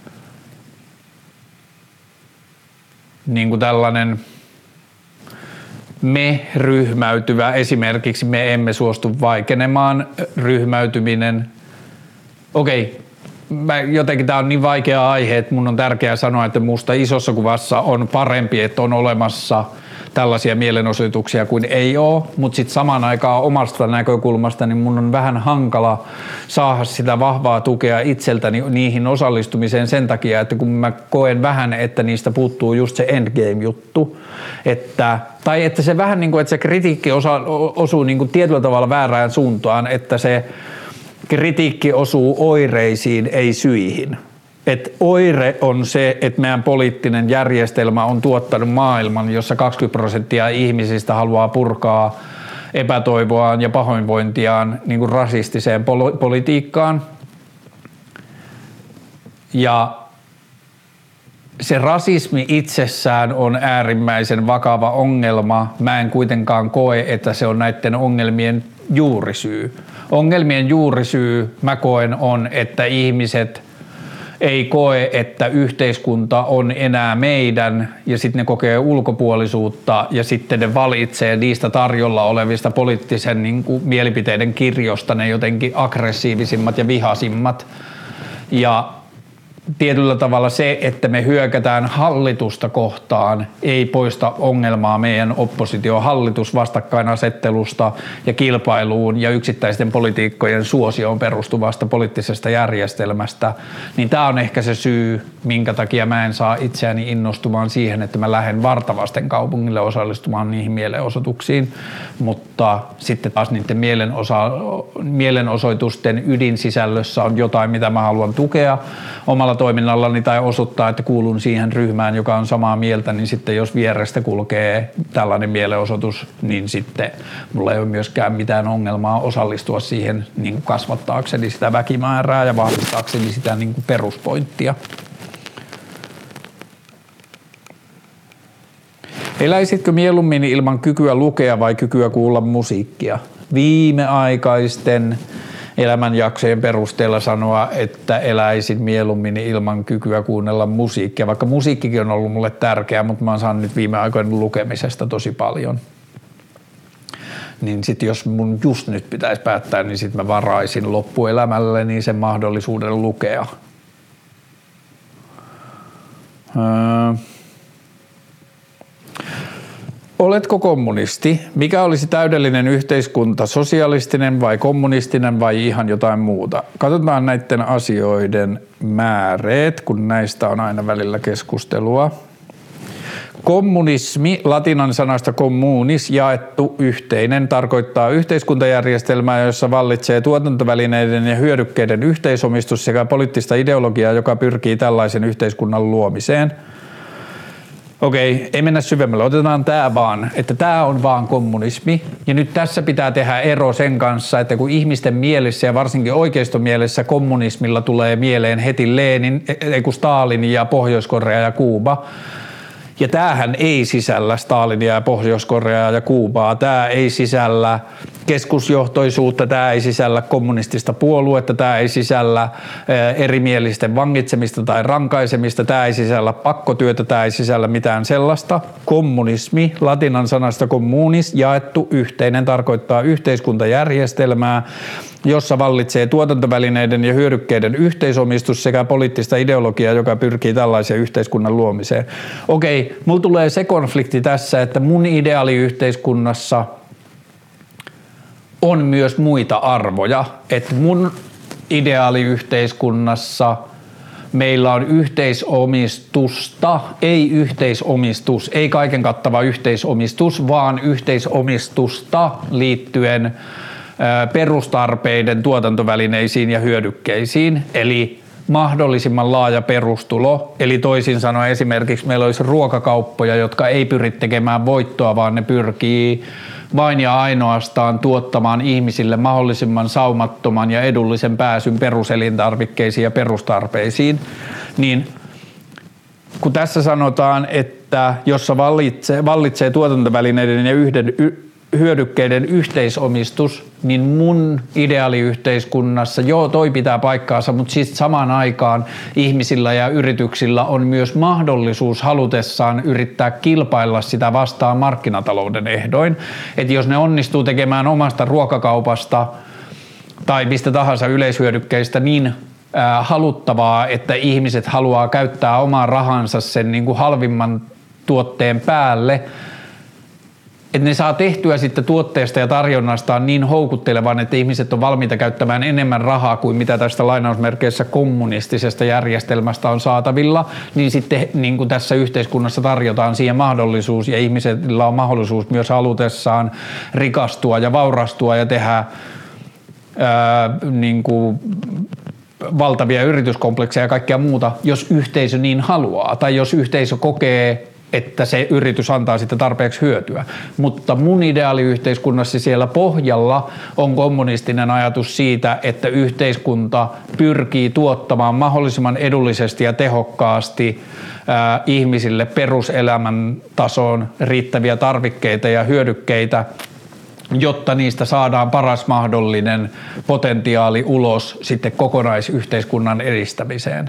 niin kuin tällainen me-ryhmäytyvä, esimerkiksi me emme suostu vaikenemaan ryhmäytyminen. Okei, jotenkin tämä on niin vaikea aihe, että mun on tärkeää sanoa, että musta isossa kuvassa on parempi, että on olemassa tällaisia mielenosoituksia kuin ei ole, mutta sitten samaan aikaan omasta näkökulmasta niin mun on vähän hankala saada sitä vahvaa tukea itseltäni niihin osallistumiseen sen takia, että kun mä koen vähän, että niistä puuttuu just se endgame-juttu, tai että se vähän niin kuin, että se kritiikki osuu niin kuin tietyllä tavalla väärään suuntaan, että se kritiikki osuu oireisiin, ei syihin. Että oire on se, että meidän poliittinen järjestelmä on tuottanut maailman, jossa 20% ihmisistä haluaa purkaa epätoivoaan ja pahoinvointiaan niin kuin rasistiseen politiikkaan. Ja se rasismi itsessään on äärimmäisen vakava ongelma. Mä en kuitenkaan koe, että se on näiden ongelmien juurisyy. Ongelmien juurisyy mä koen on, että ihmiset ei koe, että yhteiskunta on enää meidän ja sitten ne kokee ulkopuolisuutta ja sitten ne valitsee niistä tarjolla olevista poliittisen niin kuin mielipiteiden kirjosta ne jotenkin aggressiivisimmat ja vihasimmat. Ja tietyllä tavalla se, että me hyökätään hallitusta kohtaan, ei poista ongelmaa meidän oppositio-hallitus-vastakkainasettelusta ja kilpailuun ja yksittäisten poliitikkojen suosioon perustuvasta poliittisesta järjestelmästä, niin tämä on ehkä se syy, minkä takia mä en saa itseäni innostumaan siihen, että mä lähden Vartavasten kaupungille osallistumaan niihin mielenosoituksiin, mutta sitten taas niiden mielenosoitusten ydinsisällössä on jotain, mitä mä haluan tukea omalla toiminnallani tai osoittaa, että kuulun siihen ryhmään, joka on samaa mieltä, niin sitten jos vierestä kulkee tällainen mielenosoitus, niin sitten mulla ei ole myöskään mitään ongelmaa osallistua siihen niin kuin kasvattaakseni sitä väkimäärää ja vahvistaakseni sitä niin kuin peruspointtia. Eläisitkö mieluummin ilman kykyä lukea vai kykyä kuulla musiikkia? Viimeaikaisten elämänjaksojen perusteella sanoa, että eläisin mieluummin ilman kykyä kuunnella musiikkia, vaikka musiikkikin on ollut mulle tärkeää, mutta mä oon saanut nyt viime aikoina lukemisesta tosi paljon. Niin sit jos mun just nyt pitäisi päättää, niin sit mä varaisin loppuelämälleni sen mahdollisuuden lukea. Oletko kommunisti? Mikä olisi täydellinen yhteiskunta, sosialistinen vai kommunistinen vai ihan jotain muuta? Katsotaan näiden asioiden määreet, kun näistä on aina välillä keskustelua. Kommunismi, latinan sanasta communis, jaettu, yhteinen, tarkoittaa yhteiskuntajärjestelmää, jossa vallitsee tuotantovälineiden ja hyödykkeiden yhteisomistus sekä poliittista ideologiaa, joka pyrkii tällaisen yhteiskunnan luomiseen. Okei, ei mennä syvemmälle. Otetaan tämä vaan, että tämä on vaan kommunismi. Ja nyt tässä pitää tehdä ero sen kanssa, että kun ihmisten mielessä ja varsinkin oikeistomielessä kommunismilla tulee mieleen heti Stalin ja Pohjois-Korea ja Kuuba. Ja tämähän ei sisällä Stalinia ja Pohjois-Koreaa ja Kuubaa. Tämä ei sisällä keskusjohtoisuutta, tämä ei sisällä kommunistista puoluetta, tämä ei sisällä erimielisten vangitsemista tai rankaisemista, tämä ei sisällä pakkotyötä, tämä ei sisällä mitään sellaista. Kommunismi, latinan sanasta communis, jaettu, yhteinen, tarkoittaa yhteiskuntajärjestelmää, jossa vallitsee tuotantovälineiden ja hyödykkeiden yhteisomistus sekä poliittista ideologiaa, joka pyrkii tällaisen yhteiskunnan luomiseen. Okei, mulla tulee se konflikti tässä, että mun ideaaliyhteiskunnassa on myös muita arvoja, että mun ideaaliyhteiskunnassa meillä on yhteisomistusta, ei kaiken kattava yhteisomistus, vaan yhteisomistusta liittyen perustarpeiden tuotantovälineisiin ja hyödykkeisiin, eli mahdollisimman laaja perustulo, eli toisin sanoen esimerkiksi meillä olisi ruokakauppoja, jotka ei pyri tekemään voittoa, vaan ne pyrkii vain ja ainoastaan tuottamaan ihmisille mahdollisimman saumattoman ja edullisen pääsyn peruselintarvikkeisiin ja perustarpeisiin, niin kun tässä sanotaan, että jossa vallitsee tuotantovälineiden ja hyödykkeiden yhteisomistus, niin mun ideaaliyhteiskunnassa, joo toi pitää paikkaansa, mutta siis samaan aikaan ihmisillä ja yrityksillä on myös mahdollisuus halutessaan yrittää kilpailla sitä vastaan markkinatalouden ehdoin. Että jos ne onnistuu tekemään omasta ruokakaupasta tai mistä tahansa yleishyödykkeistä niin haluttavaa, että ihmiset haluaa käyttää omaa rahansa sen niin kuin halvimman tuotteen päälle, että ne saa tehtyä sitten tuotteesta ja tarjonnastaan niin houkuttelevan, että ihmiset on valmiita käyttämään enemmän rahaa kuin mitä tästä lainausmerkeissä kommunistisesta järjestelmästä on saatavilla, niin sitten niin kuin tässä yhteiskunnassa tarjotaan siihen mahdollisuus ja ihmisillä on mahdollisuus myös halutessaan rikastua ja vaurastua ja tehdä niin kuin valtavia yrityskomplekseja ja kaikkea muuta, jos yhteisö niin haluaa tai jos yhteisö kokee, että se yritys antaa sitten tarpeeksi hyötyä. Mutta mun ideaaliyhteiskunnassa siellä pohjalla on kommunistinen ajatus siitä, että yhteiskunta pyrkii tuottamaan mahdollisimman edullisesti ja tehokkaasti ihmisille peruselämän tasoon riittäviä tarvikkeita ja hyödykkeitä, jotta niistä saadaan paras mahdollinen potentiaali ulos sitten kokonaisyhteiskunnan edistämiseen.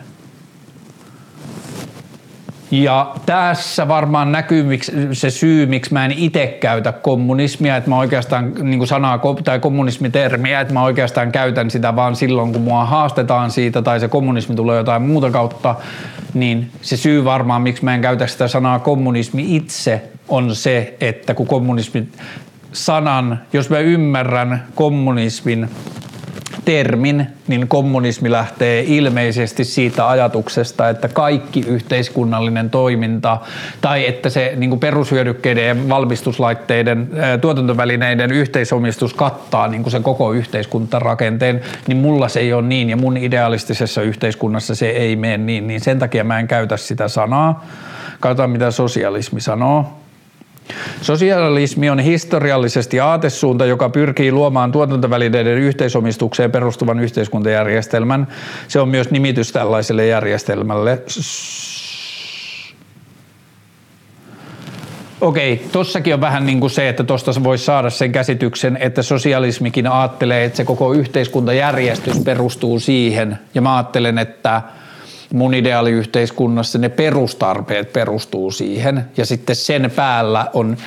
Ja tässä varmaan näkyy se syy, miksi mä en itse käytä kommunismia, että mä oikeastaan niin kuin sanaa tai kommunismitermiä, että mä oikeastaan käytän sitä vaan silloin, kun mua haastetaan siitä tai se kommunismi tulee jotain muuta kautta, niin se syy varmaan, miksi mä en käytä sitä sanaa kommunismi itse, on se, että kun kommunismi sanan, jos mä ymmärrän kommunismin termin, niin kommunismi lähtee ilmeisesti siitä ajatuksesta, että kaikki yhteiskunnallinen toiminta tai että se niin kuin perushyödykkeiden ja valmistuslaitteiden, tuotantovälineiden yhteisomistus kattaa niin kuin sen koko yhteiskuntarakenteen, niin mulla se ei ole niin ja mun idealistisessa yhteiskunnassa se ei mene niin sen takia mä en käytä sitä sanaa. Katsotaan mitä sosialismi sanoo. Sosialismi on historiallisesti aatesuunta, joka pyrkii luomaan tuotantovälineiden yhteisomistukseen perustuvan yhteiskuntajärjestelmän. Se on myös nimitys tällaiselle järjestelmälle. Okei, tossakin on vähän niin kuin se, että tosta voisi saada sen käsityksen, että sosialismikin ajattelee, että se koko yhteiskuntajärjestys perustuu siihen. Ja mä ajattelen, että mun ideaaliyhteiskunnassa ne perustarpeet perustuu siihen ja sitten sen päällä on,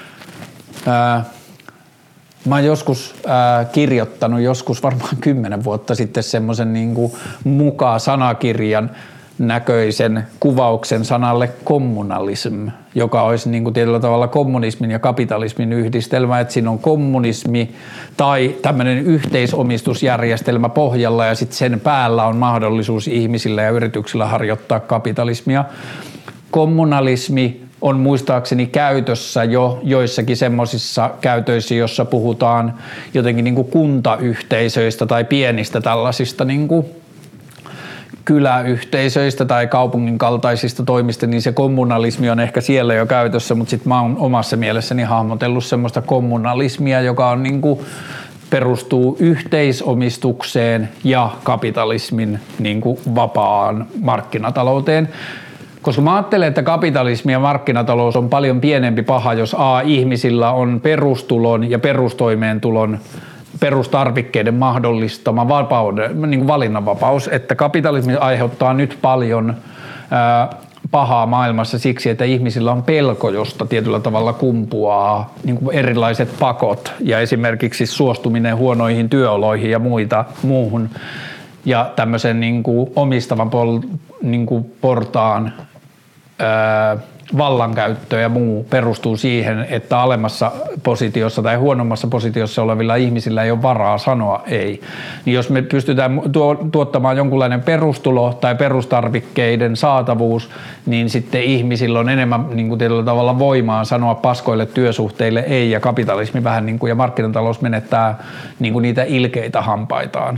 mä oon joskus kirjoittanut varmaan 10 vuotta sitten semmoisen niin kuin sanakirjan näköisen kuvauksen sanalle kommunalism, joka olisi niin kuin tietyllä tavalla kommunismin ja kapitalismin yhdistelmä, että siinä on kommunismi tai tämmöinen yhteisomistusjärjestelmä pohjalla ja sitten sen päällä on mahdollisuus ihmisillä ja yrityksillä harjoittaa kapitalismia. Kommunalismi on muistaakseni käytössä jo joissakin semmoisissa käytöissä, jossa puhutaan jotenkin niin kuin kuntayhteisöistä tai pienistä tällaisista niin kuin kyläyhteisöistä tai kaupungin kaltaisista toimista, niin se kommunalismi on ehkä siellä jo käytössä, mutta sitten mä oon omassa mielessäni hahmotellut semmoista kommunalismia, joka on niinku perustuu yhteisomistukseen ja kapitalismin niinku vapaan markkinatalouteen. Koska mä ajattelen, että kapitalismi ja markkinatalous on paljon pienempi paha, jos ihmisillä on perustulon ja perustoimeentulon perustarvikkeiden mahdollistama niin kuin valinnanvapaus, että kapitalismi aiheuttaa nyt paljon pahaa maailmassa siksi, että ihmisillä on pelko, josta tietyllä tavalla kumpuaa niin kuin erilaiset pakot ja esimerkiksi suostuminen huonoihin työoloihin ja muuhun ja tämmöisen niin kuin omistavan niin kuin portaan vallankäyttö ja muu perustuu siihen, että alemmassa positiossa tai huonommassa positiossa olevilla ihmisillä ei ole varaa sanoa ei. Niin jos me pystytään tuottamaan jonkunlainen perustulo tai perustarvikkeiden saatavuus, niin sitten ihmisillä on enemmän niin kuin tietyllä tavalla voimaa sanoa paskoille työsuhteille ei ja kapitalismi vähän niin kuin ja markkinatalous menettää niin kuin niitä ilkeitä hampaitaan.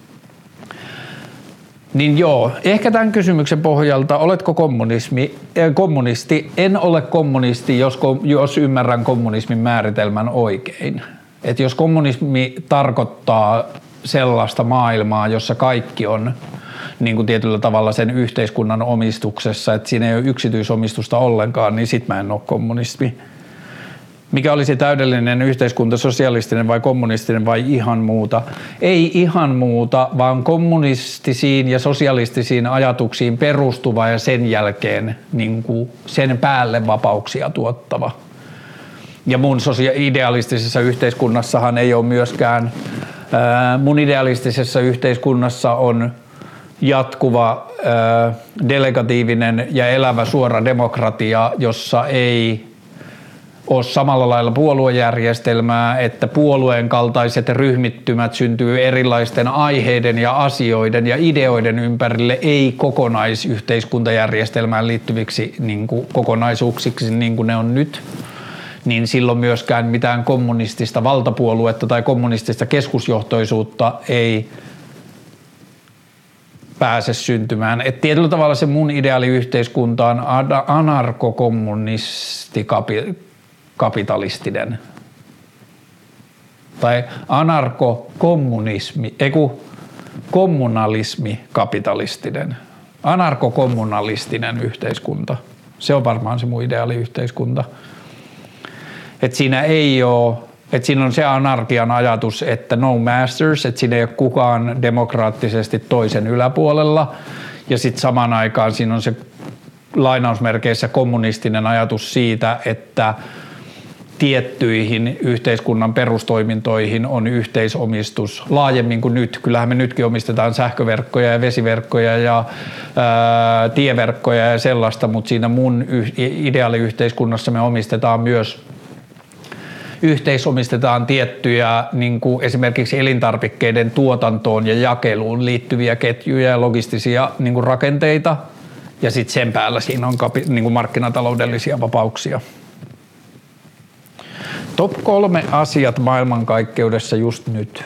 Niin joo, ehkä tämän kysymyksen pohjalta, oletko kommunisti? En ole kommunisti, jos ymmärrän kommunismin määritelmän oikein. Et jos kommunismi tarkoittaa sellaista maailmaa, jossa kaikki on niin kuin tietyllä tavalla sen yhteiskunnan omistuksessa, että siinä ei ole yksityisomistusta ollenkaan, niin sit mä en ole kommunisti. Mikä olisi täydellinen yhteiskunta, sosialistinen vai kommunistinen vai ihan muuta? Ei ihan muuta, vaan kommunistisiin ja sosialistisiin ajatuksiin perustuva ja sen jälkeen niin kuin sen päälle vapauksia tuottava. Ja mun idealistisessa yhteiskunnassahan ei ole myöskään, mun idealistisessa yhteiskunnassa on jatkuva delegatiivinen ja elävä suora demokratia, jossa ei ole samalla lailla puoluejärjestelmää, että puolueen kaltaiset ryhmittymät syntyy erilaisten aiheiden ja asioiden ja ideoiden ympärille, ei kokonaisyhteiskuntajärjestelmään liittyviksi niin kuin kokonaisuuksiksi niin kuin ne on nyt, niin silloin myöskään mitään kommunistista valtapuoluetta tai kommunistista keskusjohtoisuutta ei pääse syntymään. Et tietyllä tavalla se mun ideaaliyhteiskunta on anarkokommunisti-kapitalistinen. Tai kommunalismi-kapitalistinen. Anarkokommunalistinen yhteiskunta. Se on varmaan se mun ideaaliyhteiskunta. Että siinä ei ole, että siinä on se anarkian ajatus, että no masters, että siinä ei ole kukaan demokraattisesti toisen yläpuolella. Ja sitten samaan aikaan siinä on se lainausmerkeissä kommunistinen ajatus siitä, että tiettyihin yhteiskunnan perustoimintoihin on yhteisomistus laajemmin kuin nyt. Kyllähän me nytkin omistetaan sähköverkkoja ja vesiverkkoja ja tieverkkoja ja sellaista, mutta siinä mun ideaaliyhteiskunnassa me yhteisomistetaan tiettyjä niin kuin esimerkiksi elintarvikkeiden tuotantoon ja jakeluun liittyviä ketjuja ja logistisia niin kuin rakenteita ja sitten sen päällä siinä on niin kuin markkinataloudellisia vapauksia. Top 3 asiat maailmankaikkeudessa just nyt.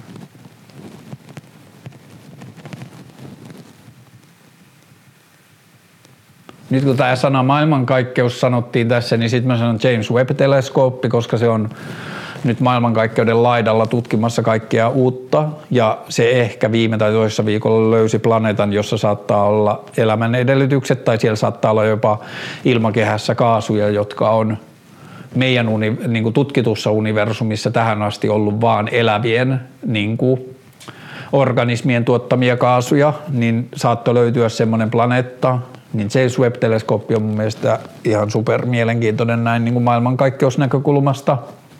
Nyt kun tämä sana maailmankaikkeus sanottiin tässä, niin sitten mä sanon James Webb-teleskooppi, koska se on nyt maailmankaikkeuden laidalla tutkimassa kaikkea uutta. Ja se ehkä viime tai toisessa viikolla löysi planeetan, jossa saattaa olla elämän edellytykset, tai siellä saattaa olla jopa ilmakehässä kaasuja, jotka on meidän niin kuin tutkitussa universumissa tähän asti ollut vaan elävien niin kuin organismien tuottamia kaasuja, niin saattoi löytyä semmoinen planeetta, niin James Webb-teleskooppi on mun mielestä ihan super mielenkiintoinen näin niin kuin maailmankaikkeusnäkökulmasta.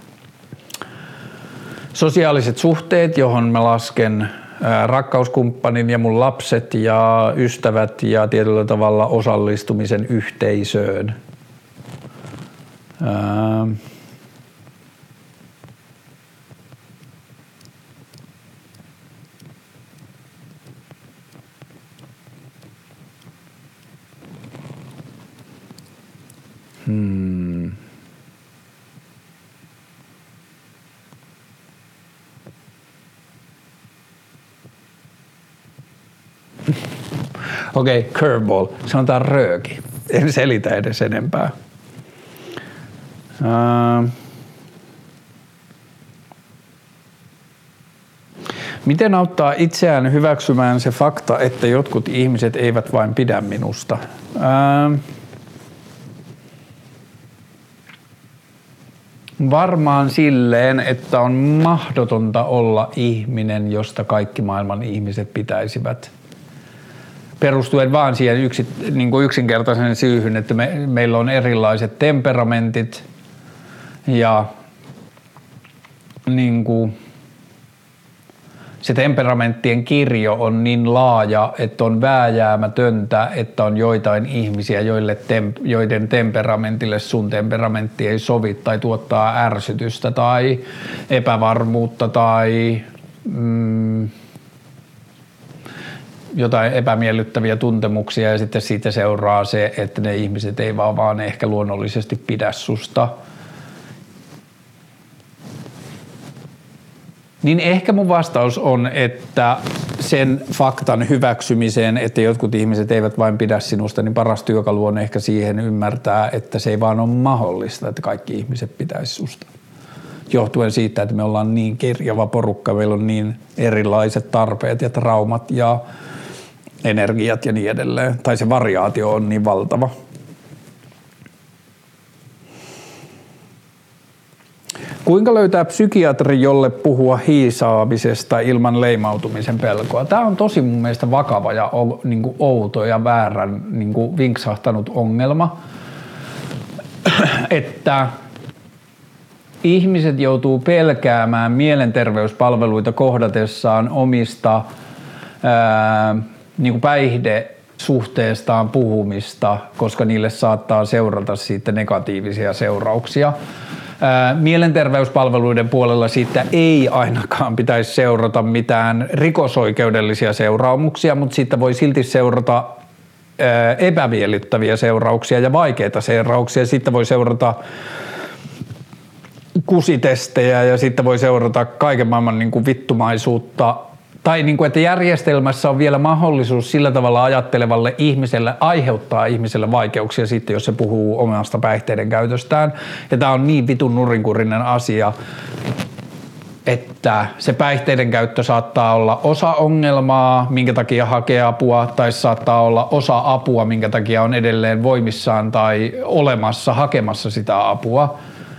Sosiaaliset suhteet, johon mä lasken rakkauskumppanin ja mun lapset ja ystävät ja tietyllä tavalla osallistumisen yhteisöön. Okei, curveball. Sanotaan rööki. En selitä edes enempää. Miten auttaa itseään hyväksymään se fakta, että jotkut ihmiset eivät vain pidä minusta? Varmaan silleen, että on mahdotonta olla ihminen, josta kaikki maailman ihmiset pitäisivät. Perustuen vaan siihen niin kuin yksinkertaisen syyhyn, että meillä on erilaiset temperamentit ja niin kuin se temperamenttien kirjo on niin laaja, että on vääjäämätöntä, että on joitain ihmisiä, joiden temperamentille sun temperamentti ei sovi tai tuottaa ärsytystä tai epävarmuutta tai jotain epämiellyttäviä tuntemuksia ja sitten siitä seuraa se, että ne ihmiset ei vaan ehkä luonnollisesti pidä susta. Niin ehkä mun vastaus on, että sen faktan hyväksymiseen, että jotkut ihmiset eivät vain pidä sinusta, niin paras työkalu on ehkä siihen ymmärtää, että se ei vaan ole mahdollista, että kaikki ihmiset pitäisi susta. Johtuen siitä, että me ollaan niin kirjava porukka, meillä on niin erilaiset tarpeet ja traumat ja energiat ja niin edelleen. Tai se variaatio on niin valtava. Kuinka löytää psykiatri, jolle puhua hiisaamisesta ilman leimautumisen pelkoa? Tämä on tosi mun mielestä vakava ja niin kuin outo ja väärän niin kuin vinksahtanut ongelma, että ihmiset joutuu pelkäämään mielenterveyspalveluita kohdatessaan omista niin kuin päihdesuhteestaan puhumista, koska niille saattaa seurata siitä negatiivisia seurauksia. Mielenterveyspalveluiden puolella siitä ei ainakaan pitäisi seurata mitään rikosoikeudellisia seuraamuksia, mutta siitä voi silti seurata epämiellyttäviä seurauksia ja vaikeita seurauksia. Siitä voi seurata kusitestejä ja siitä voi seurata kaiken maailman niin kuin vittumaisuutta tai niin kuin, että järjestelmässä on vielä mahdollisuus sillä tavalla ajattelevalle ihmiselle aiheuttaa ihmiselle vaikeuksia sitten, jos se puhuu omasta päihteiden käytöstään. Ja tämä on niin vitun nurinkurinen asia, että se päihteiden käyttö saattaa olla osa ongelmaa, minkä takia hakee apua, tai saattaa olla osa apua, minkä takia on edelleen voimissaan tai olemassa hakemassa sitä apua.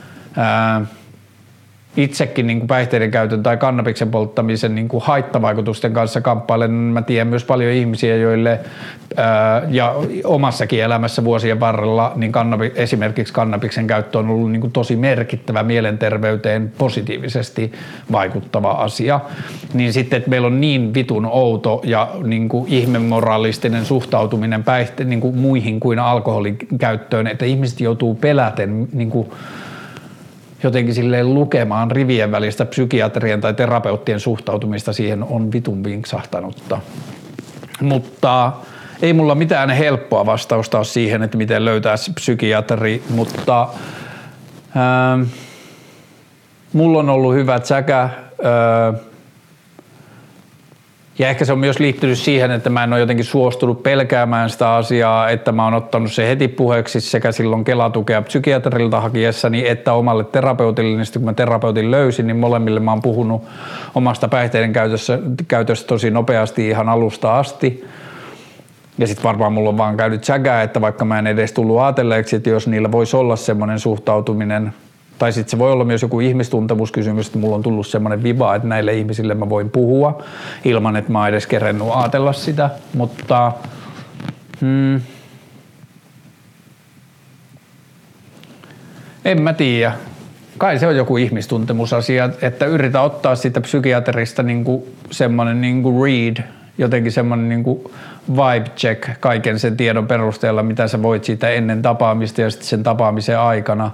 Itsekin niin kuin päihteiden käytön tai kannabiksen polttamisen niin kuin haittavaikutusten kanssa kamppailen. Mä tiedän myös paljon ihmisiä, joille ja omassakin elämässä vuosien varrella niin esimerkiksi kannabiksen käyttö on ollut niin kuin tosi merkittävä mielenterveyteen positiivisesti vaikuttava asia. Niin sitten, että meillä on niin vitun outo ja niin kuin ihmemoralistinen suhtautuminen niin kuin muihin kuin alkoholin käyttöön, että ihmiset joutuu peläten niin kuin jotenkin silleen lukemaan rivien välistä psykiatrien tai terapeuttien suhtautumista siihen on vitun vinksahtanutta. Mutta ei mulla mitään helppoa vastausta ole siihen, että miten löytää psykiatri, mutta mulla on ollut hyvä säkä. Ja ehkä se on myös liittynyt siihen, että mä en ole jotenkin suostunut pelkäämään sitä asiaa, että mä oon ottanut se heti puheeksi sekä silloin Kela-tukea psykiatrilta hakiessani että omalle terapeutille. Niin sitten kun mä terapeutin löysin, niin molemmille mä oon puhunut omasta päihteiden käytöstä tosi nopeasti ihan alusta asti. Ja sitten varmaan mulla on vaan käynyt säkää, että vaikka mä en edes tullut ajatelleeksi, että jos niillä voisi olla semmoinen suhtautuminen, tai sitten se voi olla myös joku ihmistuntemuskysymys, että mulla on tullut semmoinen viba, että näille ihmisille mä voin puhua ilman, että mä oon edes kerennyt ajatella sitä, mutta en mä tiedä. Kai se on joku ihmistuntemusasia, että yritä ottaa siitä psykiatrista niinku semmoinen niinku read, jotenkin semmoinen niinku vibe check kaiken sen tiedon perusteella, mitä sä voit siitä ennen tapaamista ja sitten sen tapaamisen aikana.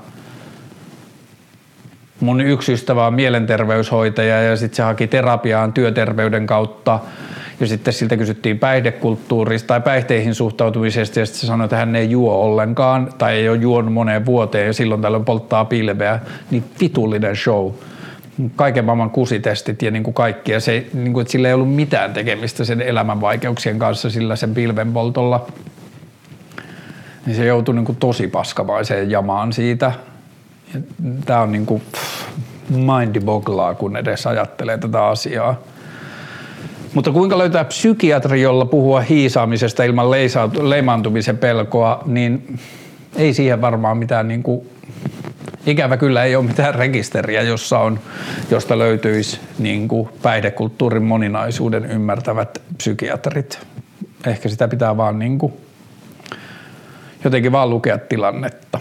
Mun yksi ystävä on mielenterveyshoitaja ja sitten se haki terapiaan työterveyden kautta ja sitten siltä kysyttiin päihdekulttuurista tai päihteihin suhtautumisesta ja sitten se sanoi, että hän ei juo ollenkaan tai ei ole juonut moneen vuoteen ja silloin tällöin polttaa pilveä. Niin vitullinen show. Kaiken maailman kusitestit ja niin kuin kaikki ja se, niin kuin, että sillä ei ollut mitään tekemistä sen elämän vaikeuksien kanssa sillä sen pilvenpoltolla. Niin se joutui niin kuin tosi paskamaiseen jamaan siitä. Tää on niinku mindibogglaa, kun edes ajattelee tätä asiaa. Mutta kuinka löytää psykiatri, jolla puhua hiisaamisesta ilman leimaantumisen pelkoa, niin ei siihen varmaan mitään niinku, ikävä kyllä ei ole mitään rekisteriä, josta löytyisi niinku päihdekulttuurin moninaisuuden ymmärtävät psykiatrit. Ehkä sitä pitää vaan niinku jotenkin vaan lukea tilannetta.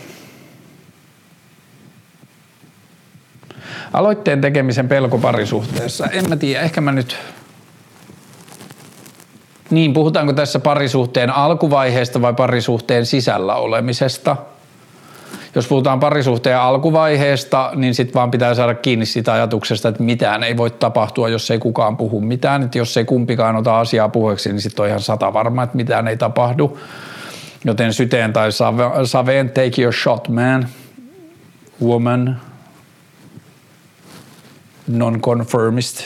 Aloitteen tekemisen pelko parisuhteessa. En mä tiedä, ehkä mä nyt... Niin, puhutaanko tässä parisuhteen alkuvaiheesta vai parisuhteen sisällä olemisesta? Jos puhutaan parisuhteen alkuvaiheesta, niin sit vaan pitää saada kiinni siitä ajatuksesta, että mitään ei voi tapahtua, jos ei kukaan puhu mitään. Että jos ei kumpikaan ota asiaa puheeksi, niin sit on ihan 100 varma, että mitään ei tapahdu. Joten syteen tai saveen, take your shot, man, woman, non-conformist.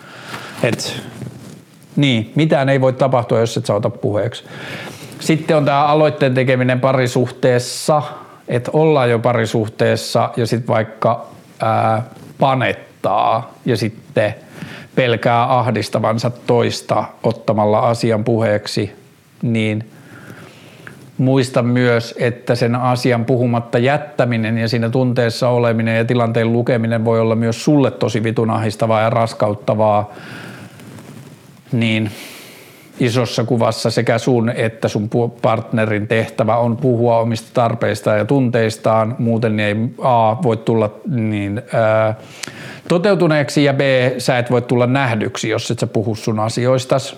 Niin, mitään ei voi tapahtua, jos et sä ota puheeksi. Sitten on tämä aloitteen tekeminen parisuhteessa, että ollaan jo parisuhteessa ja sitten vaikka panettaa ja sitten pelkää ahdistavansa toista ottamalla asian puheeksi, niin muista myös, että sen asian puhumatta jättäminen ja siinä tunteessa oleminen ja tilanteen lukeminen voi olla myös sulle tosi vitun ahdistavaa ja raskauttavaa, niin isossa kuvassa sekä sun että sun partnerin tehtävä on puhua omista tarpeistaan ja tunteistaan, muuten ei A voi tulla niin toteutuneeksi ja B sä et voi tulla nähdyksi, jos et sä puhu sun asioistas.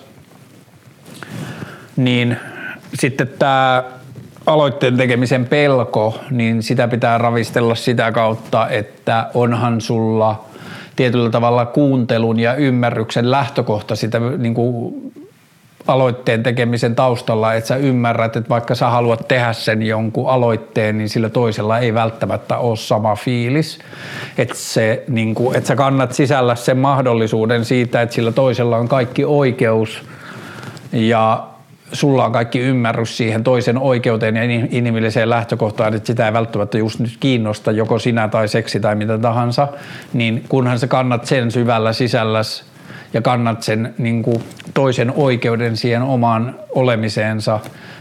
Niin sitten tämä aloitteen tekemisen pelko, niin sitä pitää ravistella sitä kautta, että onhan sulla tietyllä tavalla kuuntelun ja ymmärryksen lähtökohta sitä niin kuin aloitteen tekemisen taustalla, että sä ymmärrät, että vaikka sä haluat tehdä sen jonkun aloitteen, niin sillä toisella ei välttämättä ole sama fiilis. Että sä kannat sisällä sen mahdollisuuden siitä, että sillä toisella on kaikki oikeus ja sulla on kaikki ymmärrys siihen toisen oikeuteen ja inhimilliseen lähtökohtaan, että sitä ei välttämättä just nyt kiinnosta joko sinä tai seksi tai mitä tahansa, niin kunhan sä kannat sen syvällä sisälläs ja kannat sen niin kuin toisen oikeuden siihen omaan olemiseensa,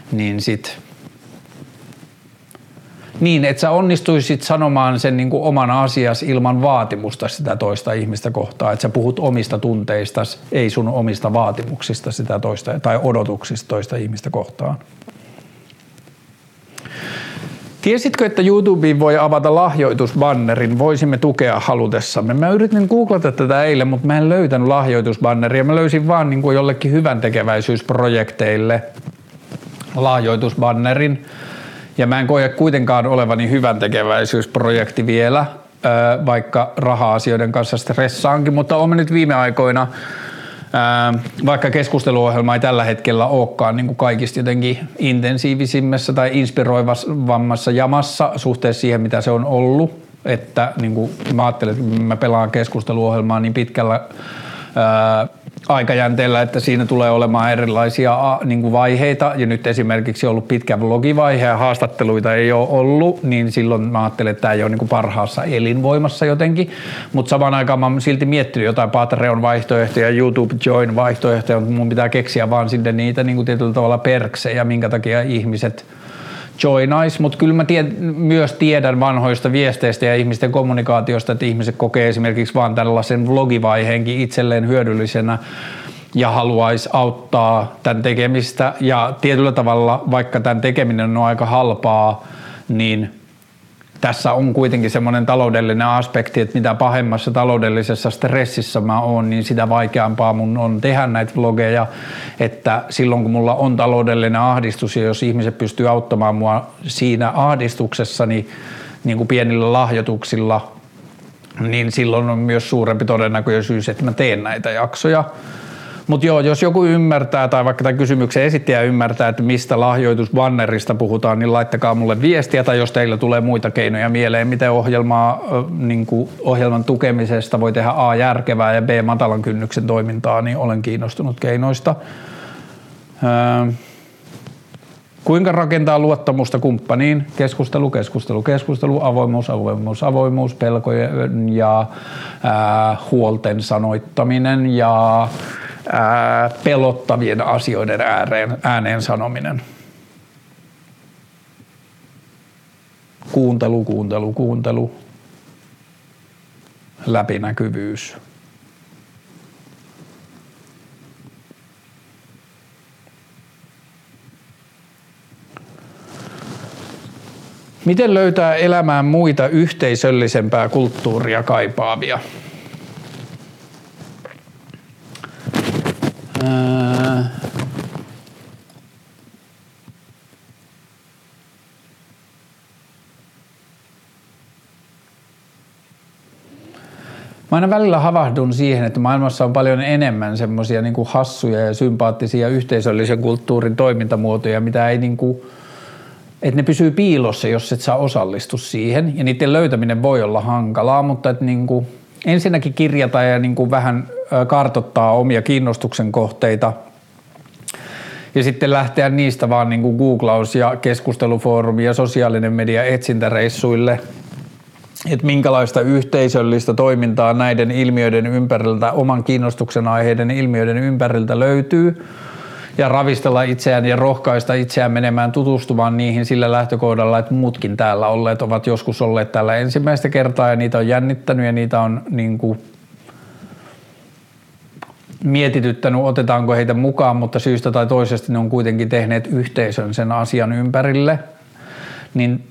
niin että sä onnistuisit sanomaan sen niin kuin oman asias ilman vaatimusta sitä toista ihmistä kohtaan, että sä puhut omista tunteistas, ei sun omista vaatimuksista sitä toista tai odotuksista toista ihmistä kohtaan. Tiesitkö, että YouTubeen voi avata lahjoitusbannerin? Voisimme tukea halutessamme. Mä yritin googlata tätä eilen, mutta mä en löytänyt lahjoitusbanneria. Mä löysin vaan niin kuin jollekin hyvän tekeväisyysprojekteille lahjoitusbannerin. Ja mä en koe kuitenkaan olevani hyvän tekeväisyysprojekti vielä, vaikka raha-asioiden kanssa stressaankin, mutta olen nyt viime aikoina, vaikka keskusteluohjelma ei tällä hetkellä olekaan niin kuin kaikista jotenkin intensiivisimmässä tai inspiroivammassa jamassa suhteessa siihen, mitä se on ollut, että niin kuin mä ajattelen, että mä pelaan keskusteluohjelmaa niin pitkällä aikajänteellä, että siinä tulee olemaan erilaisia niin kuin vaiheita ja nyt esimerkiksi ollut pitkä vlogivaihe ja haastatteluita ei ole ollut, niin silloin mä ajattelen, että tämä ei ole niin kuin parhaassa elinvoimassa jotenkin, mutta samaan aikaan mä oon silti miettinyt jotain Patreon-vaihtoehtoja, YouTube Join-vaihtoehtoja, mutta mun pitää keksiä vaan sinne niitä niin kuin tietyllä tavalla perksejä, minkä takia ihmiset joinais, mutta kyllä mä myös tiedän vanhoista viesteistä ja ihmisten kommunikaatiosta, että ihmiset kokee esimerkiksi vaan tällaisen vlogivaiheenkin itselleen hyödyllisenä ja haluaisi auttaa tämän tekemistä ja tietyllä tavalla, vaikka tämän tekeminen on aika halpaa, niin tässä on kuitenkin semmoinen taloudellinen aspekti, että mitä pahemmassa taloudellisessa stressissä mä oon, niin sitä vaikeampaa mun on tehdä näitä vlogeja, että silloin kun mulla on taloudellinen ahdistus ja jos ihmiset pystyy auttamaan mua siinä ahdistuksessa, niin kuin pienillä lahjoituksilla, niin silloin on myös suurempi todennäköisyys, että mä teen näitä jaksoja. Mutta joo, jos joku ymmärtää tai vaikka tämän kysymyksen esittäjä ymmärtää, että mistä lahjoitusbannerista puhutaan, niin laittakaa mulle viestiä tai jos teillä tulee muita keinoja mieleen, miten ohjelman tukemisesta voi tehdä A järkevää ja B matalan kynnyksen toimintaa, niin olen kiinnostunut keinoista. Kuinka rakentaa luottamusta kumppaniin? Keskustelu, avoimuus, pelkojen ja huolten sanoittaminen ja pelottavien asioiden ääneen sanominen. Kuuntelu. Läpinäkyvyys. Miten löytää elämään muita yhteisöllisempää kulttuuria kaipaavia? Mä aina välillä havahdun siihen, että maailmassa on paljon enemmän semmoisia niin kuin hassuja ja sympaattisia yhteisöllisen kulttuurin toimintamuotoja, mitä ei niin kuin, että ne pysyy piilossa, jos et saa osallistu siihen. Ja niiden löytäminen voi olla hankalaa, mutta että niin kuin ensinnäkin kirjata ja niin kuin vähän kartoittaa omia kiinnostuksen kohteita ja sitten lähteä niistä vaan niin kuin googlaus- ja keskustelufoorumi ja sosiaalinen media etsintäreissuille, että minkälaista yhteisöllistä toimintaa näiden ilmiöiden ympäriltä, oman kiinnostuksen aiheiden ilmiöiden ympäriltä löytyy ja ravistella itseään ja rohkaista itseään menemään tutustumaan niihin sillä lähtökohdalla, että muutkin täällä olleet ovat joskus olleet täällä ensimmäistä kertaa ja niitä on jännittänyt ja niitä on niin kuin mietityttänyt, otetaanko heitä mukaan, mutta syystä tai toisesta ne on kuitenkin tehneet yhteisön sen asian ympärille, niin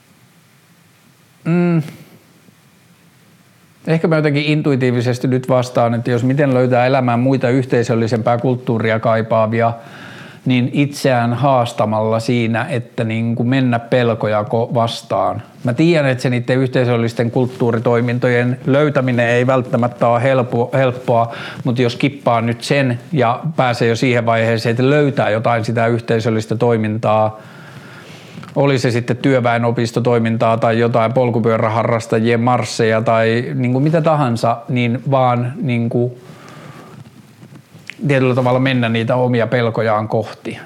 ehkä mä jotenkin intuitiivisesti nyt vastaan, että jos miten löytää elämään muita yhteisöllisempää kulttuuria kaipaavia, niin itseään haastamalla siinä, että niin kuin mennä pelkoja vastaan. Mä tiedän, että se niiden yhteisöllisten kulttuuritoimintojen löytäminen ei välttämättä ole helppoa, mutta jos kippaa nyt sen ja pääsee jo siihen vaiheeseen, että löytää jotain sitä yhteisöllistä toimintaa, oli se sitten työväenopistotoimintaa tai jotain polkupyöräharrastajien marsseja tai niin kuin mitä tahansa, niin vaan niin kuin tietyllä tavalla mennä niitä omia pelkojaan kohti.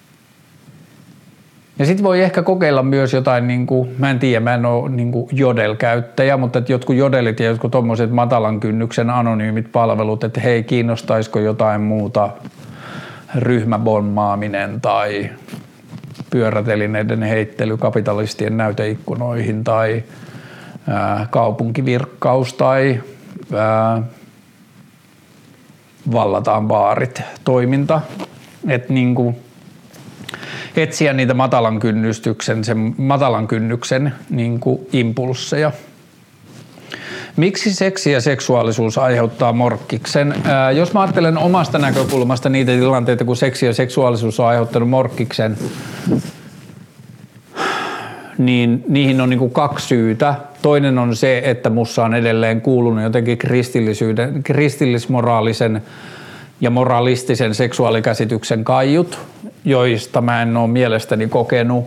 Ja sitten voi ehkä kokeilla myös jotain, niin kuin, mä en tiedä, mä en ole niin kuin Jodel-käyttäjä, mutta että jotkut Jodelit ja jotkut tommoset matalan kynnyksen anonyymit palvelut, että hei, kiinnostaisiko jotain muuta, ryhmäbommaaminen tai pyörätelineiden heittely kapitalistien näyteikkunoihin tai kaupunkivirkkaus tai vallataan baarit toiminta, että niinku etsiä niitä matalan kynnyksen niinku impulsseja. Miksi seksi ja seksuaalisuus aiheuttaa morkkiksen? Jos mä ajattelen omasta näkökulmasta niitä tilanteita, kun seksi ja seksuaalisuus on aiheuttanut morkkiksen, niin niihin on niinku kaksi syytä. Toinen on se, että mussa on edelleen kuulunut jotenkin kristillismoraalisen ja moralistisen seksuaalikäsityksen kaiut, joista mä en ole mielestäni kokenut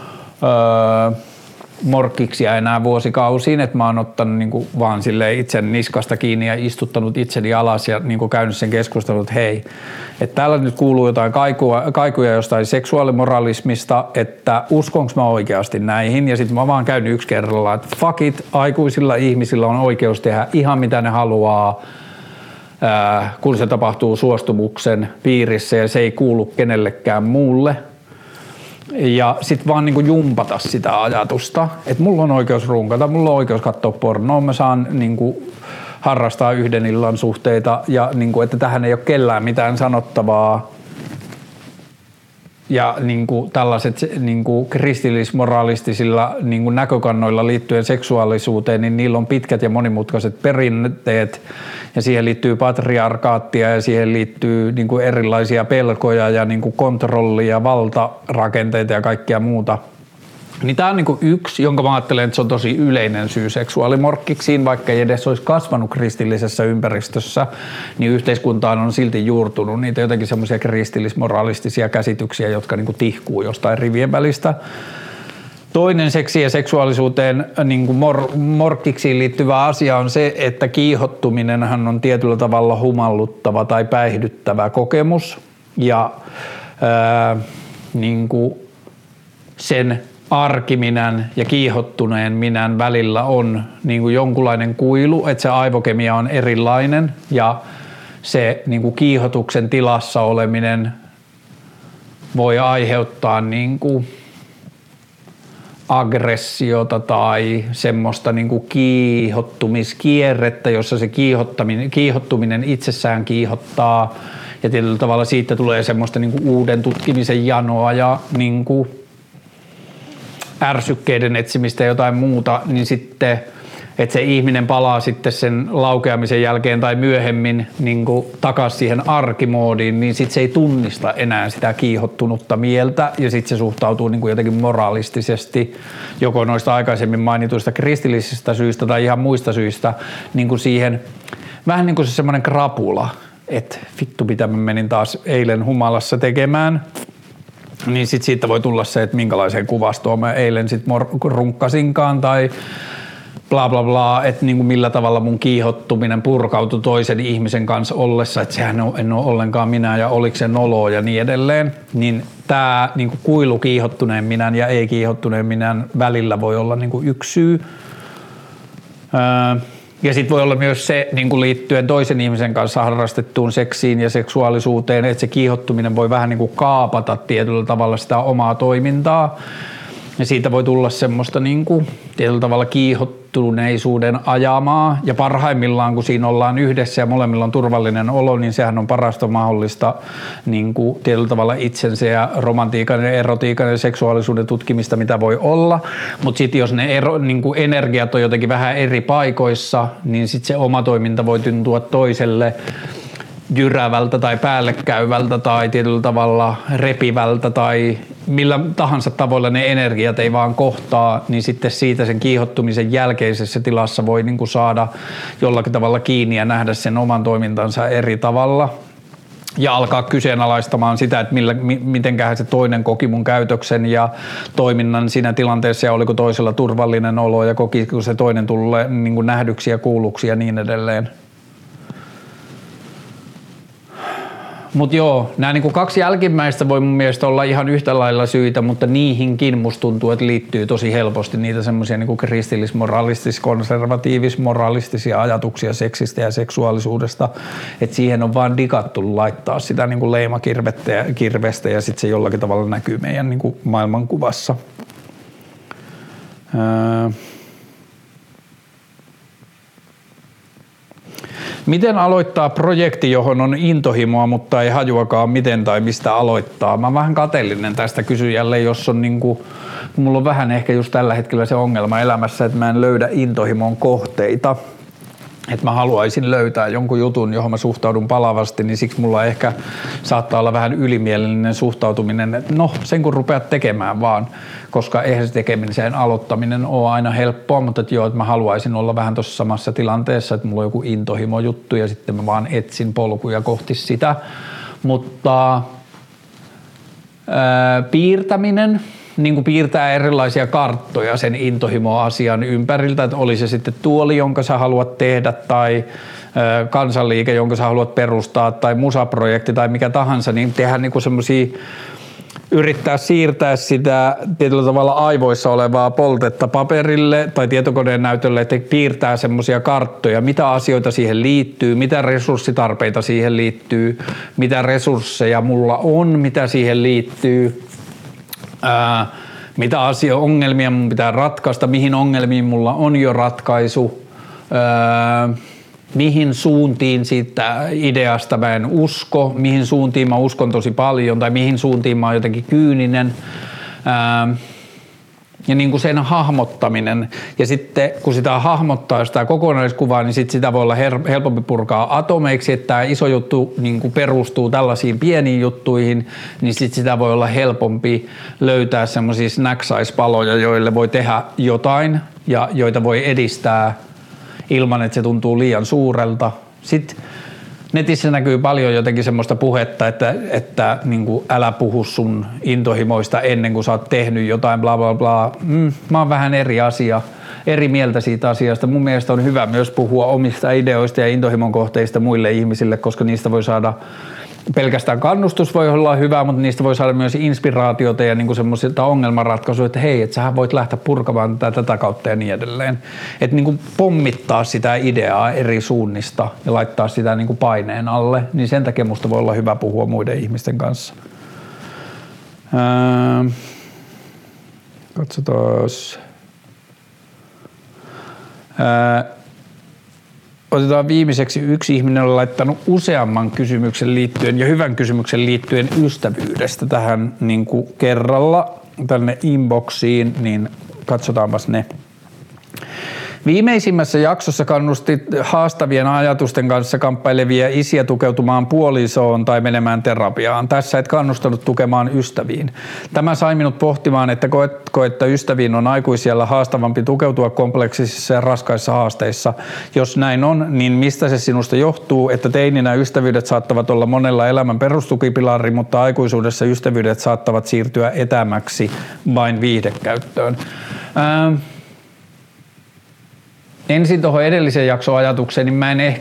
morkkiksia enää vuosikausiin, että mä oon ottanut niinku vaan silleen itsen niskasta kiinni ja istuttanut itseni alas ja niinku käynyt sen keskustelun, että hei, että täällä nyt kuuluu jotain kaikuja jostain seksuaalimoralismista, että uskonko mä oikeasti näihin, ja sitten mä vaan käynyt yksi kerralla, että fuck it, aikuisilla ihmisillä on oikeus tehdä ihan mitä ne haluaa, kun se tapahtuu suostumuksen piirissä ja se ei kuulu kenellekään muulle. Ja sit vaan niinku jumpata sitä ajatusta, että mulla on oikeus runkata, mulla on oikeus katsoa pornoa, mä saan niinku harrastaa yhden illan suhteita ja niinku, että tähän ei ole kellään mitään sanottavaa. Ja niinku tällaiset niinku kristillismoralistisilla niinku näkökannoilla liittyen seksuaalisuuteen, niin niillä on pitkät ja monimutkaiset perinteet ja siihen liittyy patriarkaattia ja siihen liittyy niinku erilaisia pelkoja ja niinku kontrollia, valtarakenteita ja kaikkea muuta. Niin tämä on niinku yksi, jonka mä ajattelen, että se on tosi yleinen syy seksuaalimorkkiksiin, vaikka ei edes olisi kasvanut kristillisessä ympäristössä, niin yhteiskuntaan on silti juurtunut niitä jotenkin semmoisia kristillismoralistisia käsityksiä, jotka niinku tihkuu jostain rivien välistä. Toinen seksi- ja seksuaalisuuteen niin kuin morkkiksiin liittyvä asia on se, että kiihottuminenhan on tietyllä tavalla humalluttava tai päihdyttävä kokemus ja niin kuin sen arkiminän ja kiihottuneen minän välillä on niin kuin jonkunlainen kuilu, että se aivokemia on erilainen ja se niin kuin kiihotuksen tilassa oleminen voi aiheuttaa niin kuin aggressiota tai semmoista niin kuin kiihottumiskierrettä, jossa se kiihottuminen itsessään kiihottaa ja tietyllä tavalla siitä tulee semmoista niin kuin uuden tutkimisen janoa ja niin kuin ärsykkeiden etsimistä ja jotain muuta, niin sitten, että se ihminen palaa sitten sen laukeamisen jälkeen tai myöhemmin niin kuin takaisin siihen arkimoodiin, niin sitten se ei tunnista enää sitä kiihottunutta mieltä ja sitten se suhtautuu niin kuin jotenkin moraalistisesti joko noista aikaisemmin mainituista kristillisistä syistä tai ihan muista syistä niin kuin siihen, vähän niin kuin se semmoinen krapula, että vittu mitä mä menin taas eilen humalassa tekemään. Niin sit siitä voi tulla se, että minkälaiseen kuvastoon mä eilen sit runkkasinkaan tai bla bla bla, että niinku millä tavalla mun kiihottuminen purkautui toisen ihmisen kanssa ollessa, että sehän en ole ollenkaan minä ja oliko se noloa ja niin edelleen. Niin tää niinku kuilu kiihottuneen minän ja ei kiihottuneen minän välillä voi olla niinku yksi syy. Ja sitten voi olla myös se niin kuin liittyen toisen ihmisen kanssa harrastettuun seksiin ja seksuaalisuuteen, että se kiihottuminen voi vähän niin kuin kaapata tietyllä tavalla sitä omaa toimintaa. Ja siitä voi tulla semmoista niin kuin tietyllä tavalla kiihottuneisuuden ajamaa. Ja parhaimmillaan, kun siinä ollaan yhdessä ja molemmilla on turvallinen olo, niin sehän on parasta mahdollista niin kuin tietyllä tavalla itsensä ja romantiikan ja erotiikan ja seksuaalisuuden tutkimista, mitä voi olla. Mutta sitten jos ne niin kuin energiat on jotenkin vähän eri paikoissa, niin sitten se oma toiminta voi tuntua toiselle jyrävältä tai päällekkäyvältä tai tietyllä tavalla repivältä tai millä tahansa tavoilla ne energiat ei vaan kohtaa, niin sitten siitä sen kiihottumisen jälkeisessä tilassa voi niin kuin saada jollakin tavalla kiinni ja nähdä sen oman toimintansa eri tavalla ja alkaa kyseenalaistamaan sitä, että mitenköhän se toinen koki mun käytöksen ja toiminnan siinä tilanteessa ja oliko toisella turvallinen olo ja kokiko se toinen tulee niin kuin nähdyksi ja kuulluksi ja niin edelleen. Mutta joo, nämä niinku 2 jälkimmäistä voi mun mielestä olla ihan yhtä lailla syitä, mutta niihinkin musta tuntuu, että liittyy tosi helposti niitä semmoisia niinku kristillis-moralistis-konservatiivis-moralistisia ajatuksia seksistä ja seksuaalisuudesta, että siihen on vaan digattu laittaa sitä niinku leimakirvestä ja sitten se jollakin tavalla näkyy meidän niinku maailmankuvassa. Miten aloittaa projekti, johon on intohimoa, mutta ei hajuakaan miten tai mistä aloittaa? Mä oon vähän kateellinen tästä kysyjälle, jos on niinku, mulla on vähän ehkä just tällä hetkellä se ongelma elämässä, että mä en löydä intohimon kohteita. Että mä haluaisin löytää jonkun jutun, johon mä suhtaudun palavasti, niin siksi mulla ehkä saattaa olla vähän ylimielinen suhtautuminen, että no sen kun rupeat tekemään vaan, koska eihän se tekemisen aloittaminen ole aina helppoa, mutta että joo, että mä haluaisin olla vähän tuossa samassa tilanteessa, että mulla on joku intohimo juttu ja sitten mä vaan etsin polkuja kohti sitä, mutta piirtäminen, niin kuin piirtää erilaisia karttoja sen intohimo-asian ympäriltä, että oli se sitten tuoli, jonka sä haluat tehdä tai kansanliike, jonka sä haluat perustaa tai musaprojekti tai mikä tahansa, niin tehdään niin kuin semmosia, yrittää siirtää sitä tietyllä tavalla aivoissa olevaa poltetta paperille tai tietokoneen näytölle, että piirtää semmoisia karttoja, mitä asioita siihen liittyy, mitä resurssitarpeita siihen liittyy, mitä resursseja mulla on, mitä siihen liittyy, mitä ongelmia mun pitää ratkaista, mihin ongelmiin mulla on jo ratkaisu, mihin suuntiin siitä ideasta mä en usko, mihin suuntiin mä uskon tosi paljon tai mihin suuntiin mä oon jotenkin kyyninen. Ja niin kuin sen hahmottaminen. Ja sitten kun sitä hahmottaa sitä kokonaiskuvaa, niin sit sitä voi olla helpompi purkaa atomeiksi, että tämä iso juttu niin kuin perustuu tällaisiin pieniin juttuihin, niin sit sitä voi olla helpompi löytää semmoisia snacksaispaloja, joille voi tehdä jotain ja joita voi edistää ilman, että se tuntuu liian suurelta. Sitten netissä näkyy paljon jotenkin semmoista puhetta, että niin kuin älä puhu sun intohimoista ennen kuin sä oot tehnyt jotain bla bla bla. Mä oon vähän eri mieltä siitä asiasta. Mun mielestä on hyvä myös puhua omista ideoista ja intohimon kohteista muille ihmisille, koska niistä voi saada pelkästään kannustus voi olla hyvä, mutta niistä voi saada myös inspiraatiota ja niin semmoista ongelmanratkaisua, että hei, että sähän voit lähteä purkamaan tätä kautta ja niin edelleen. Että niin pommittaa sitä ideaa eri suunnista ja laittaa sitä niin paineen alle, niin sen takia musta voi olla hyvä puhua muiden ihmisten kanssa. Katsotaan. Otetaan viimeiseksi yksi ihminen on laittanut useamman kysymyksen liittyen ja hyvän kysymyksen liittyen ystävyydestä tähän niin kuin kerralla tänne inboxiin, niin katsotaanpas ne. Viimeisimmässä jaksossa kannustit haastavien ajatusten kanssa kamppailevia isiä tukeutumaan puolisoon tai menemään terapiaan. Tässä et kannustanut tukemaan ystäviin. Tämä sai minut pohtimaan, että koetko, että ystäviin on aikuisiellä haastavampi tukeutua kompleksisissa ja raskaissa haasteissa. Jos näin on, niin mistä se sinusta johtuu, että teininä ystävyydet saattavat olla monella elämän perustukipilari, mutta aikuisuudessa ystävyydet saattavat siirtyä etämäksi vain viihdekäyttöön? Ensin tuohon edellisen jakson ajatukseen, niin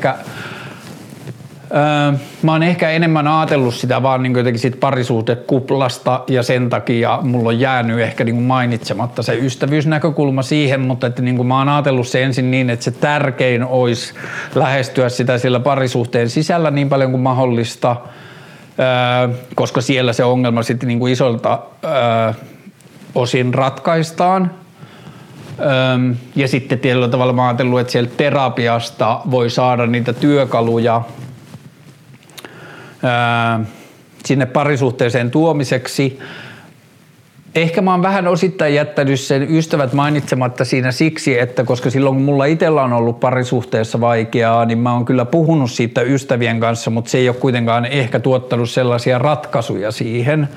mä oon ehkä enemmän ajatellut sitä vaan niin jotenkin siitä parisuhdekuplasta ja sen takia mulla on jäänyt ehkä niin mainitsematta se ystävyysnäkökulma siihen, mutta että niin mä oon ajatellut se ensin niin, että se tärkein olisi lähestyä sitä sillä parisuhteen sisällä niin paljon kuin mahdollista, koska siellä se ongelma sitten niin isolta osin ratkaistaan. Ja sitten tietyllä tavalla mä oon ajatellut, että sieltä terapiasta voi saada niitä työkaluja sinne parisuhteeseen tuomiseksi. Ehkä mä oon vähän osittain jättänyt sen ystävät mainitsematta siinä siksi, että koska silloin kun mulla itsellä on ollut parisuhteessa vaikeaa, niin mä oon kyllä puhunut siitä ystävien kanssa, mutta se ei ole kuitenkaan ehkä tuottanut sellaisia ratkaisuja siihen.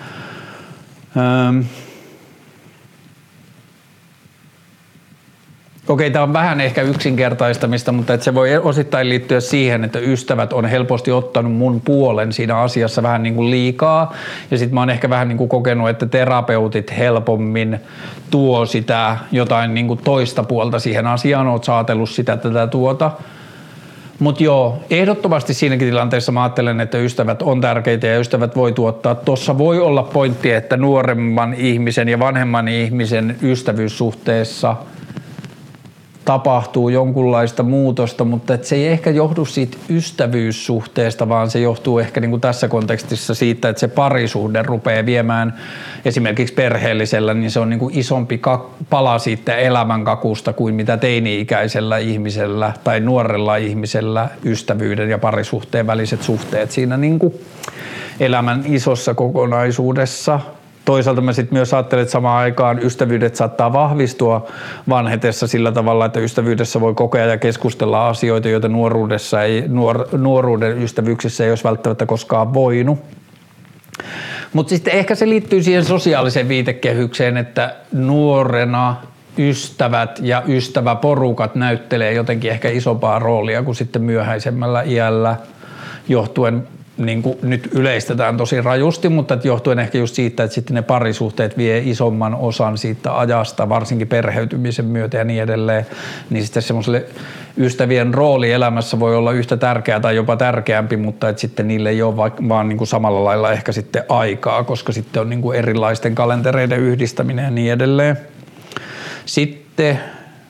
Okei, tämä on vähän ehkä yksinkertaistamista, mutta että se voi osittain liittyä siihen, että ystävät on helposti ottanut mun puolen siinä asiassa vähän niin kuin liikaa. Ja sitten mä oon ehkä vähän niin kuin kokenut, että terapeutit helpommin tuo sitä jotain niin kuin toista puolta siihen asiaan, oot saatellut sitä tätä tuota. Mutta joo, ehdottomasti siinäkin tilanteessa mä ajattelen, että ystävät on tärkeitä ja ystävät voi tuottaa. Tossa voi olla pointti, että nuoremman ihmisen ja vanhemman ihmisen ystävyyssuhteessa tapahtuu jonkunlaista muutosta, mutta se ei ehkä johdu siitä ystävyyssuhteesta, vaan se johtuu ehkä niin kuin tässä kontekstissa siitä, että se parisuhde rupeaa viemään esimerkiksi perheellisellä, niin se on niin kuin isompi pala siitä elämänkakusta kuin mitä teini-ikäisellä ihmisellä tai nuorella ihmisellä ystävyyden ja parisuhteen väliset suhteet siinä niin kuin elämän isossa kokonaisuudessa. Toisaalta mä sitten myös ajattelen, että samaan aikaan ystävyydet saattaa vahvistua vanhetessa sillä tavalla, että ystävyydessä voi kokea ja keskustella asioita, joita nuoruuden ystävyyksissä ei olisi välttämättä koskaan voinut. Mutta sitten ehkä se liittyy siihen sosiaaliseen viitekehykseen, että nuorena ystävät ja ystäväporukat näyttelee jotenkin ehkä isompaa roolia kuin sitten myöhäisemmällä iällä johtuen, niin kuin nyt yleistetään tosi rajusti, mutta johtuen ehkä just siitä, että sitten ne parisuhteet vie isomman osan siitä ajasta, varsinkin perheytymisen myötä ja niin edelleen, niin sitten semmoiselle ystävien rooli elämässä voi olla yhtä tärkeä tai jopa tärkeämpi, mutta että sitten niille ei ole vaan niin kuin samalla lailla ehkä sitten aikaa, koska sitten on niin kuin erilaisten kalentereiden yhdistäminen ja niin edelleen. Sitten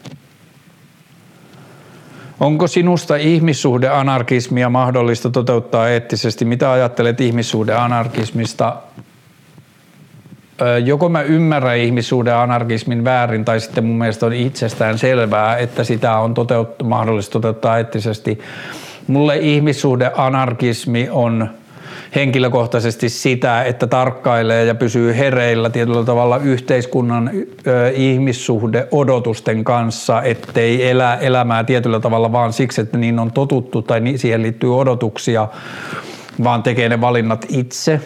onko sinusta ihmissuhdeanarkismia mahdollista toteuttaa eettisesti? Mitä ajattelet ihmissuhdeanarkismista? Joko mä ymmärrän ihmissuhdeanarkismin väärin tai sitten mun mielestä on itsestään selvää, että sitä on mahdollista toteuttaa eettisesti. Mulle ihmissuhdeanarkismi on henkilökohtaisesti sitä, että tarkkailee ja pysyy hereillä tietyllä tavalla yhteiskunnan ihmissuhdeodotusten kanssa, ettei elä elämää tietyllä tavalla vaan siksi, että niin on totuttu tai siihen liittyy odotuksia, vaan tekee ne valinnat itse.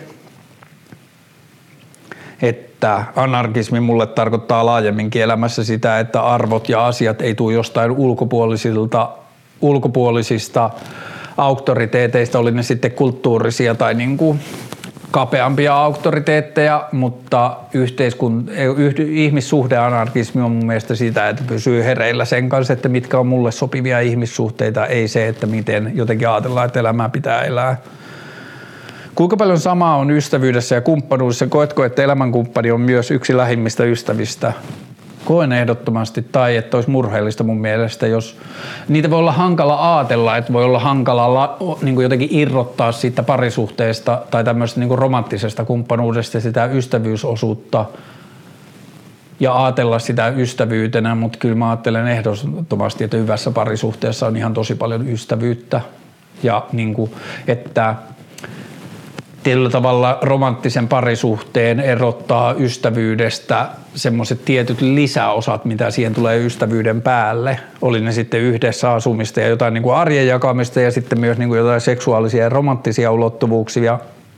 Että anarkismi mulle tarkoittaa laajemminkin elämässä sitä, että arvot ja asiat ei tule jostain ulkopuolisista auktoriteeteista, oli ne sitten kulttuurisia tai niin kuin kapeampia auktoriteetteja, mutta ihmissuhdeanarkismi on mun mielestä sitä, että pysyy hereillä sen kanssa, että mitkä on mulle sopivia ihmissuhteita, ei se, että miten jotenkin ajatellaan, että elämää pitää elää. Kuinka paljon samaa on ystävyydessä ja kumppanuudessa? Koetko, että elämänkumppani on myös yksi lähimmistä ystävistä? Koen ehdottomasti, tai että olisi murheellista mun mielestä, jos niitä voi olla hankala ajatella, että voi olla hankala niin kuin jotenkin irrottaa siitä parisuhteesta tai tämmöisestä niin kuin romanttisesta kumppanuudesta sitä ystävyysosuutta ja ajatella sitä ystävyytenä, mutta kyllä mä ajattelen ehdottomasti, että hyvässä parisuhteessa on ihan tosi paljon ystävyyttä ja niin kuin, että tietyllä tavalla romanttisen parisuhteen erottaa ystävyydestä semmoiset tietyt lisäosat, mitä siihen tulee ystävyyden päälle. Oli ne sitten yhdessä asumista ja jotain niin kuin arjen jakamista ja sitten myös niin kuin jotain seksuaalisia ja romanttisia ulottuvuuksia.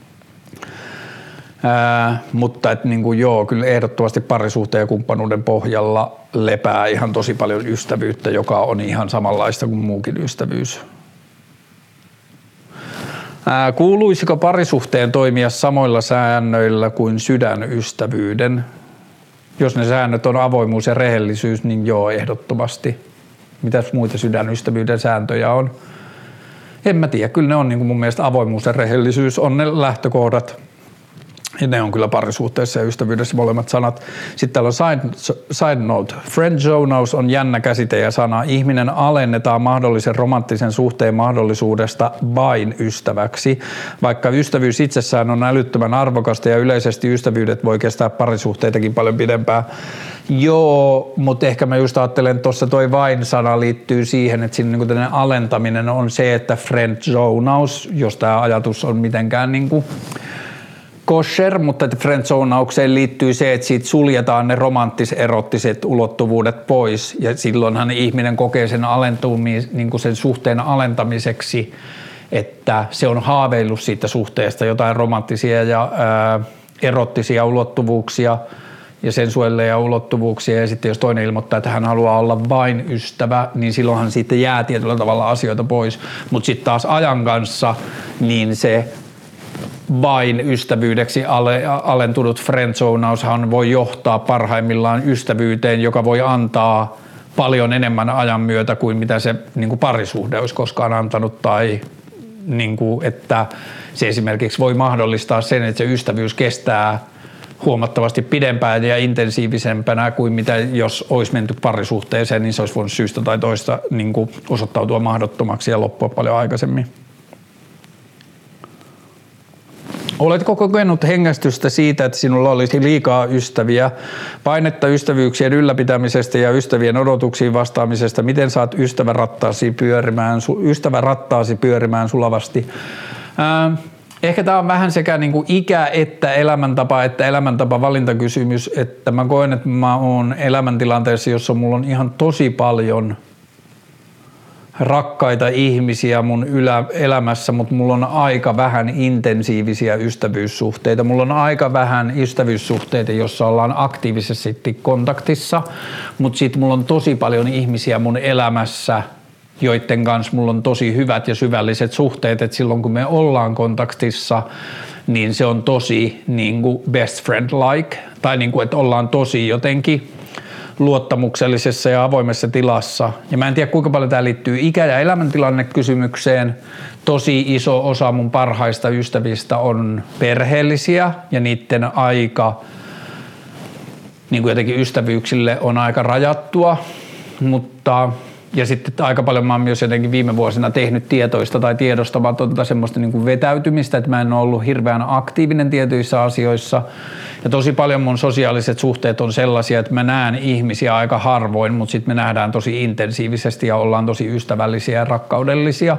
Mutta et niin kuin joo, kyllä ehdottomasti parisuhteen ja kumppanuuden pohjalla lepää ihan tosi paljon ystävyyttä, joka on ihan samanlaista kuin muukin ystävyys. Kuuluisiko parisuhteen toimia samoilla säännöillä kuin sydänystävyyden? Jos ne säännöt on avoimuus ja rehellisyys, niin joo, ehdottomasti. Mitäs muita sydänystävyyden sääntöjä on? En mä tiedä, kyllä ne on niin kuin mun mielestä avoimuus ja rehellisyys on ne lähtökohdat. Ja ne on kyllä parisuhteessa ja ystävyydessä molemmat sanat. Sitten täällä on side note. Friendzonaus on jännä käsite ja sana. Ihminen alennetaan mahdollisen romanttisen suhteen mahdollisuudesta vain ystäväksi. Vaikka ystävyys itsessään on älyttömän arvokasta ja yleisesti ystävyydet voi kestää parisuhteitakin paljon pidempään. Joo, mutta ehkä mä just ajattelen, että tuossa toi vain-sana liittyy siihen, että siinä niinku tämmöinen alentaminen on se, että friendzonaus, jos tämä ajatus on mitenkään niinku kosher, mutta että friendzonaukseen liittyy se, että siitä suljetaan ne romanttis-erottiset ulottuvuudet pois ja silloinhan ihminen kokee sen niin kuin sen suhteen alentamiseksi, että se on haaveillut siitä suhteesta jotain romanttisia ja erottisia ulottuvuuksia ja sensuelleja ulottuvuuksia ja sitten jos toinen ilmoittaa, että hän haluaa olla vain ystävä, niin silloinhan siitä jää tietyllä tavalla asioita pois, mutta sitten taas ajan kanssa niin se vain ystävyydeksi alentunut friendzonaushan voi johtaa parhaimmillaan ystävyyteen, joka voi antaa paljon enemmän ajan myötä kuin mitä se niin kuin parisuhde olisi koskaan antanut tai niin kuin, että se esimerkiksi voi mahdollistaa sen, että se ystävyys kestää huomattavasti pidempään ja intensiivisempänä kuin mitä jos olisi menty parisuhteeseen, niin se olisi voinut syystä tai toista niin kuin osoittautua mahdottomaksi ja loppua paljon aikaisemmin. Oletko kokenut hengästystä siitä, että sinulla olisi liikaa ystäviä, painetta ystävyyksien ylläpitämisestä ja ystävien odotuksiin vastaamisesta? Miten saat ystävän rattaasi pyörimään sulavasti? Ehkä tämä on vähän sekä niin kuin ikä että elämäntapa valintakysymys, että mä koen, että mä oon elämäntilanteessa, jossa mulla on ihan tosi paljon rakkaita ihmisiä mun elämässä, mutta mulla on aika vähän intensiivisiä ystävyyssuhteita. Mulla on aika vähän ystävyyssuhteita, jossa ollaan aktiivisesti kontaktissa, mutta sitten mulla on tosi paljon ihmisiä mun elämässä, joiden kanssa mulla on tosi hyvät ja syvälliset suhteet, että silloin kun me ollaan kontaktissa, niin se on tosi niin kuin best friend like, tai niin kuin, että ollaan tosi jotenkin luottamuksellisessa ja avoimessa tilassa. Ja mä en tiedä kuinka paljon tämä liittyy ikä- ja elämäntilannekysymykseen. Tosi iso osa mun parhaista ystävistä on perheellisiä ja niiden aika niin kuin jotenkin ystävyyksille on aika rajattua, mutta ja sitten aika paljon mä oon myös jotenkin viime vuosina tehnyt tietoista tai tiedostamatonta semmoista niin kuin vetäytymistä, että mä en ole ollut hirveän aktiivinen tietyissä asioissa. Ja tosi paljon mun sosiaaliset suhteet on sellaisia, että mä näen ihmisiä aika harvoin, mutta sitten me nähdään tosi intensiivisesti ja ollaan tosi ystävällisiä ja rakkaudellisia.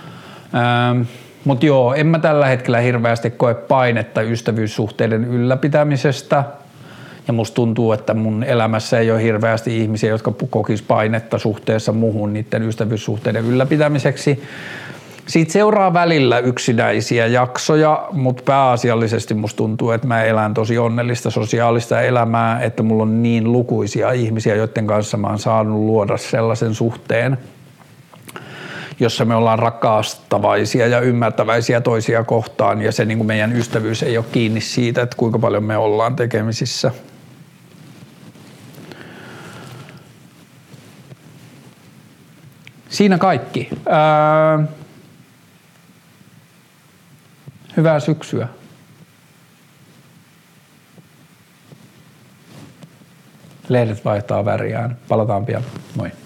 Mutta joo, en mä tällä hetkellä hirveästi koe painetta ystävyyssuhteiden ylläpitämisestä. Ja musta tuntuu, että mun elämässä ei ole hirveästi ihmisiä, jotka kokis painetta suhteessa muuhun niiden ystävyyssuhteiden ylläpitämiseksi. Siitä seuraa välillä yksinäisiä jaksoja, mutta pääasiallisesti musta tuntuu, että mä elän tosi onnellista sosiaalista elämää, että mulla on niin lukuisia ihmisiä, joiden kanssa mä oon saanut luoda sellaisen suhteen, jossa me ollaan rakastavaisia ja ymmärtäväisiä toisia kohtaan ja se niin kuin meidän ystävyys ei ole kiinni siitä, että kuinka paljon me ollaan tekemisissä. Siinä kaikki. Hyvää syksyä. Lehdet vaihtaa väriään. Palataan pian. Moi.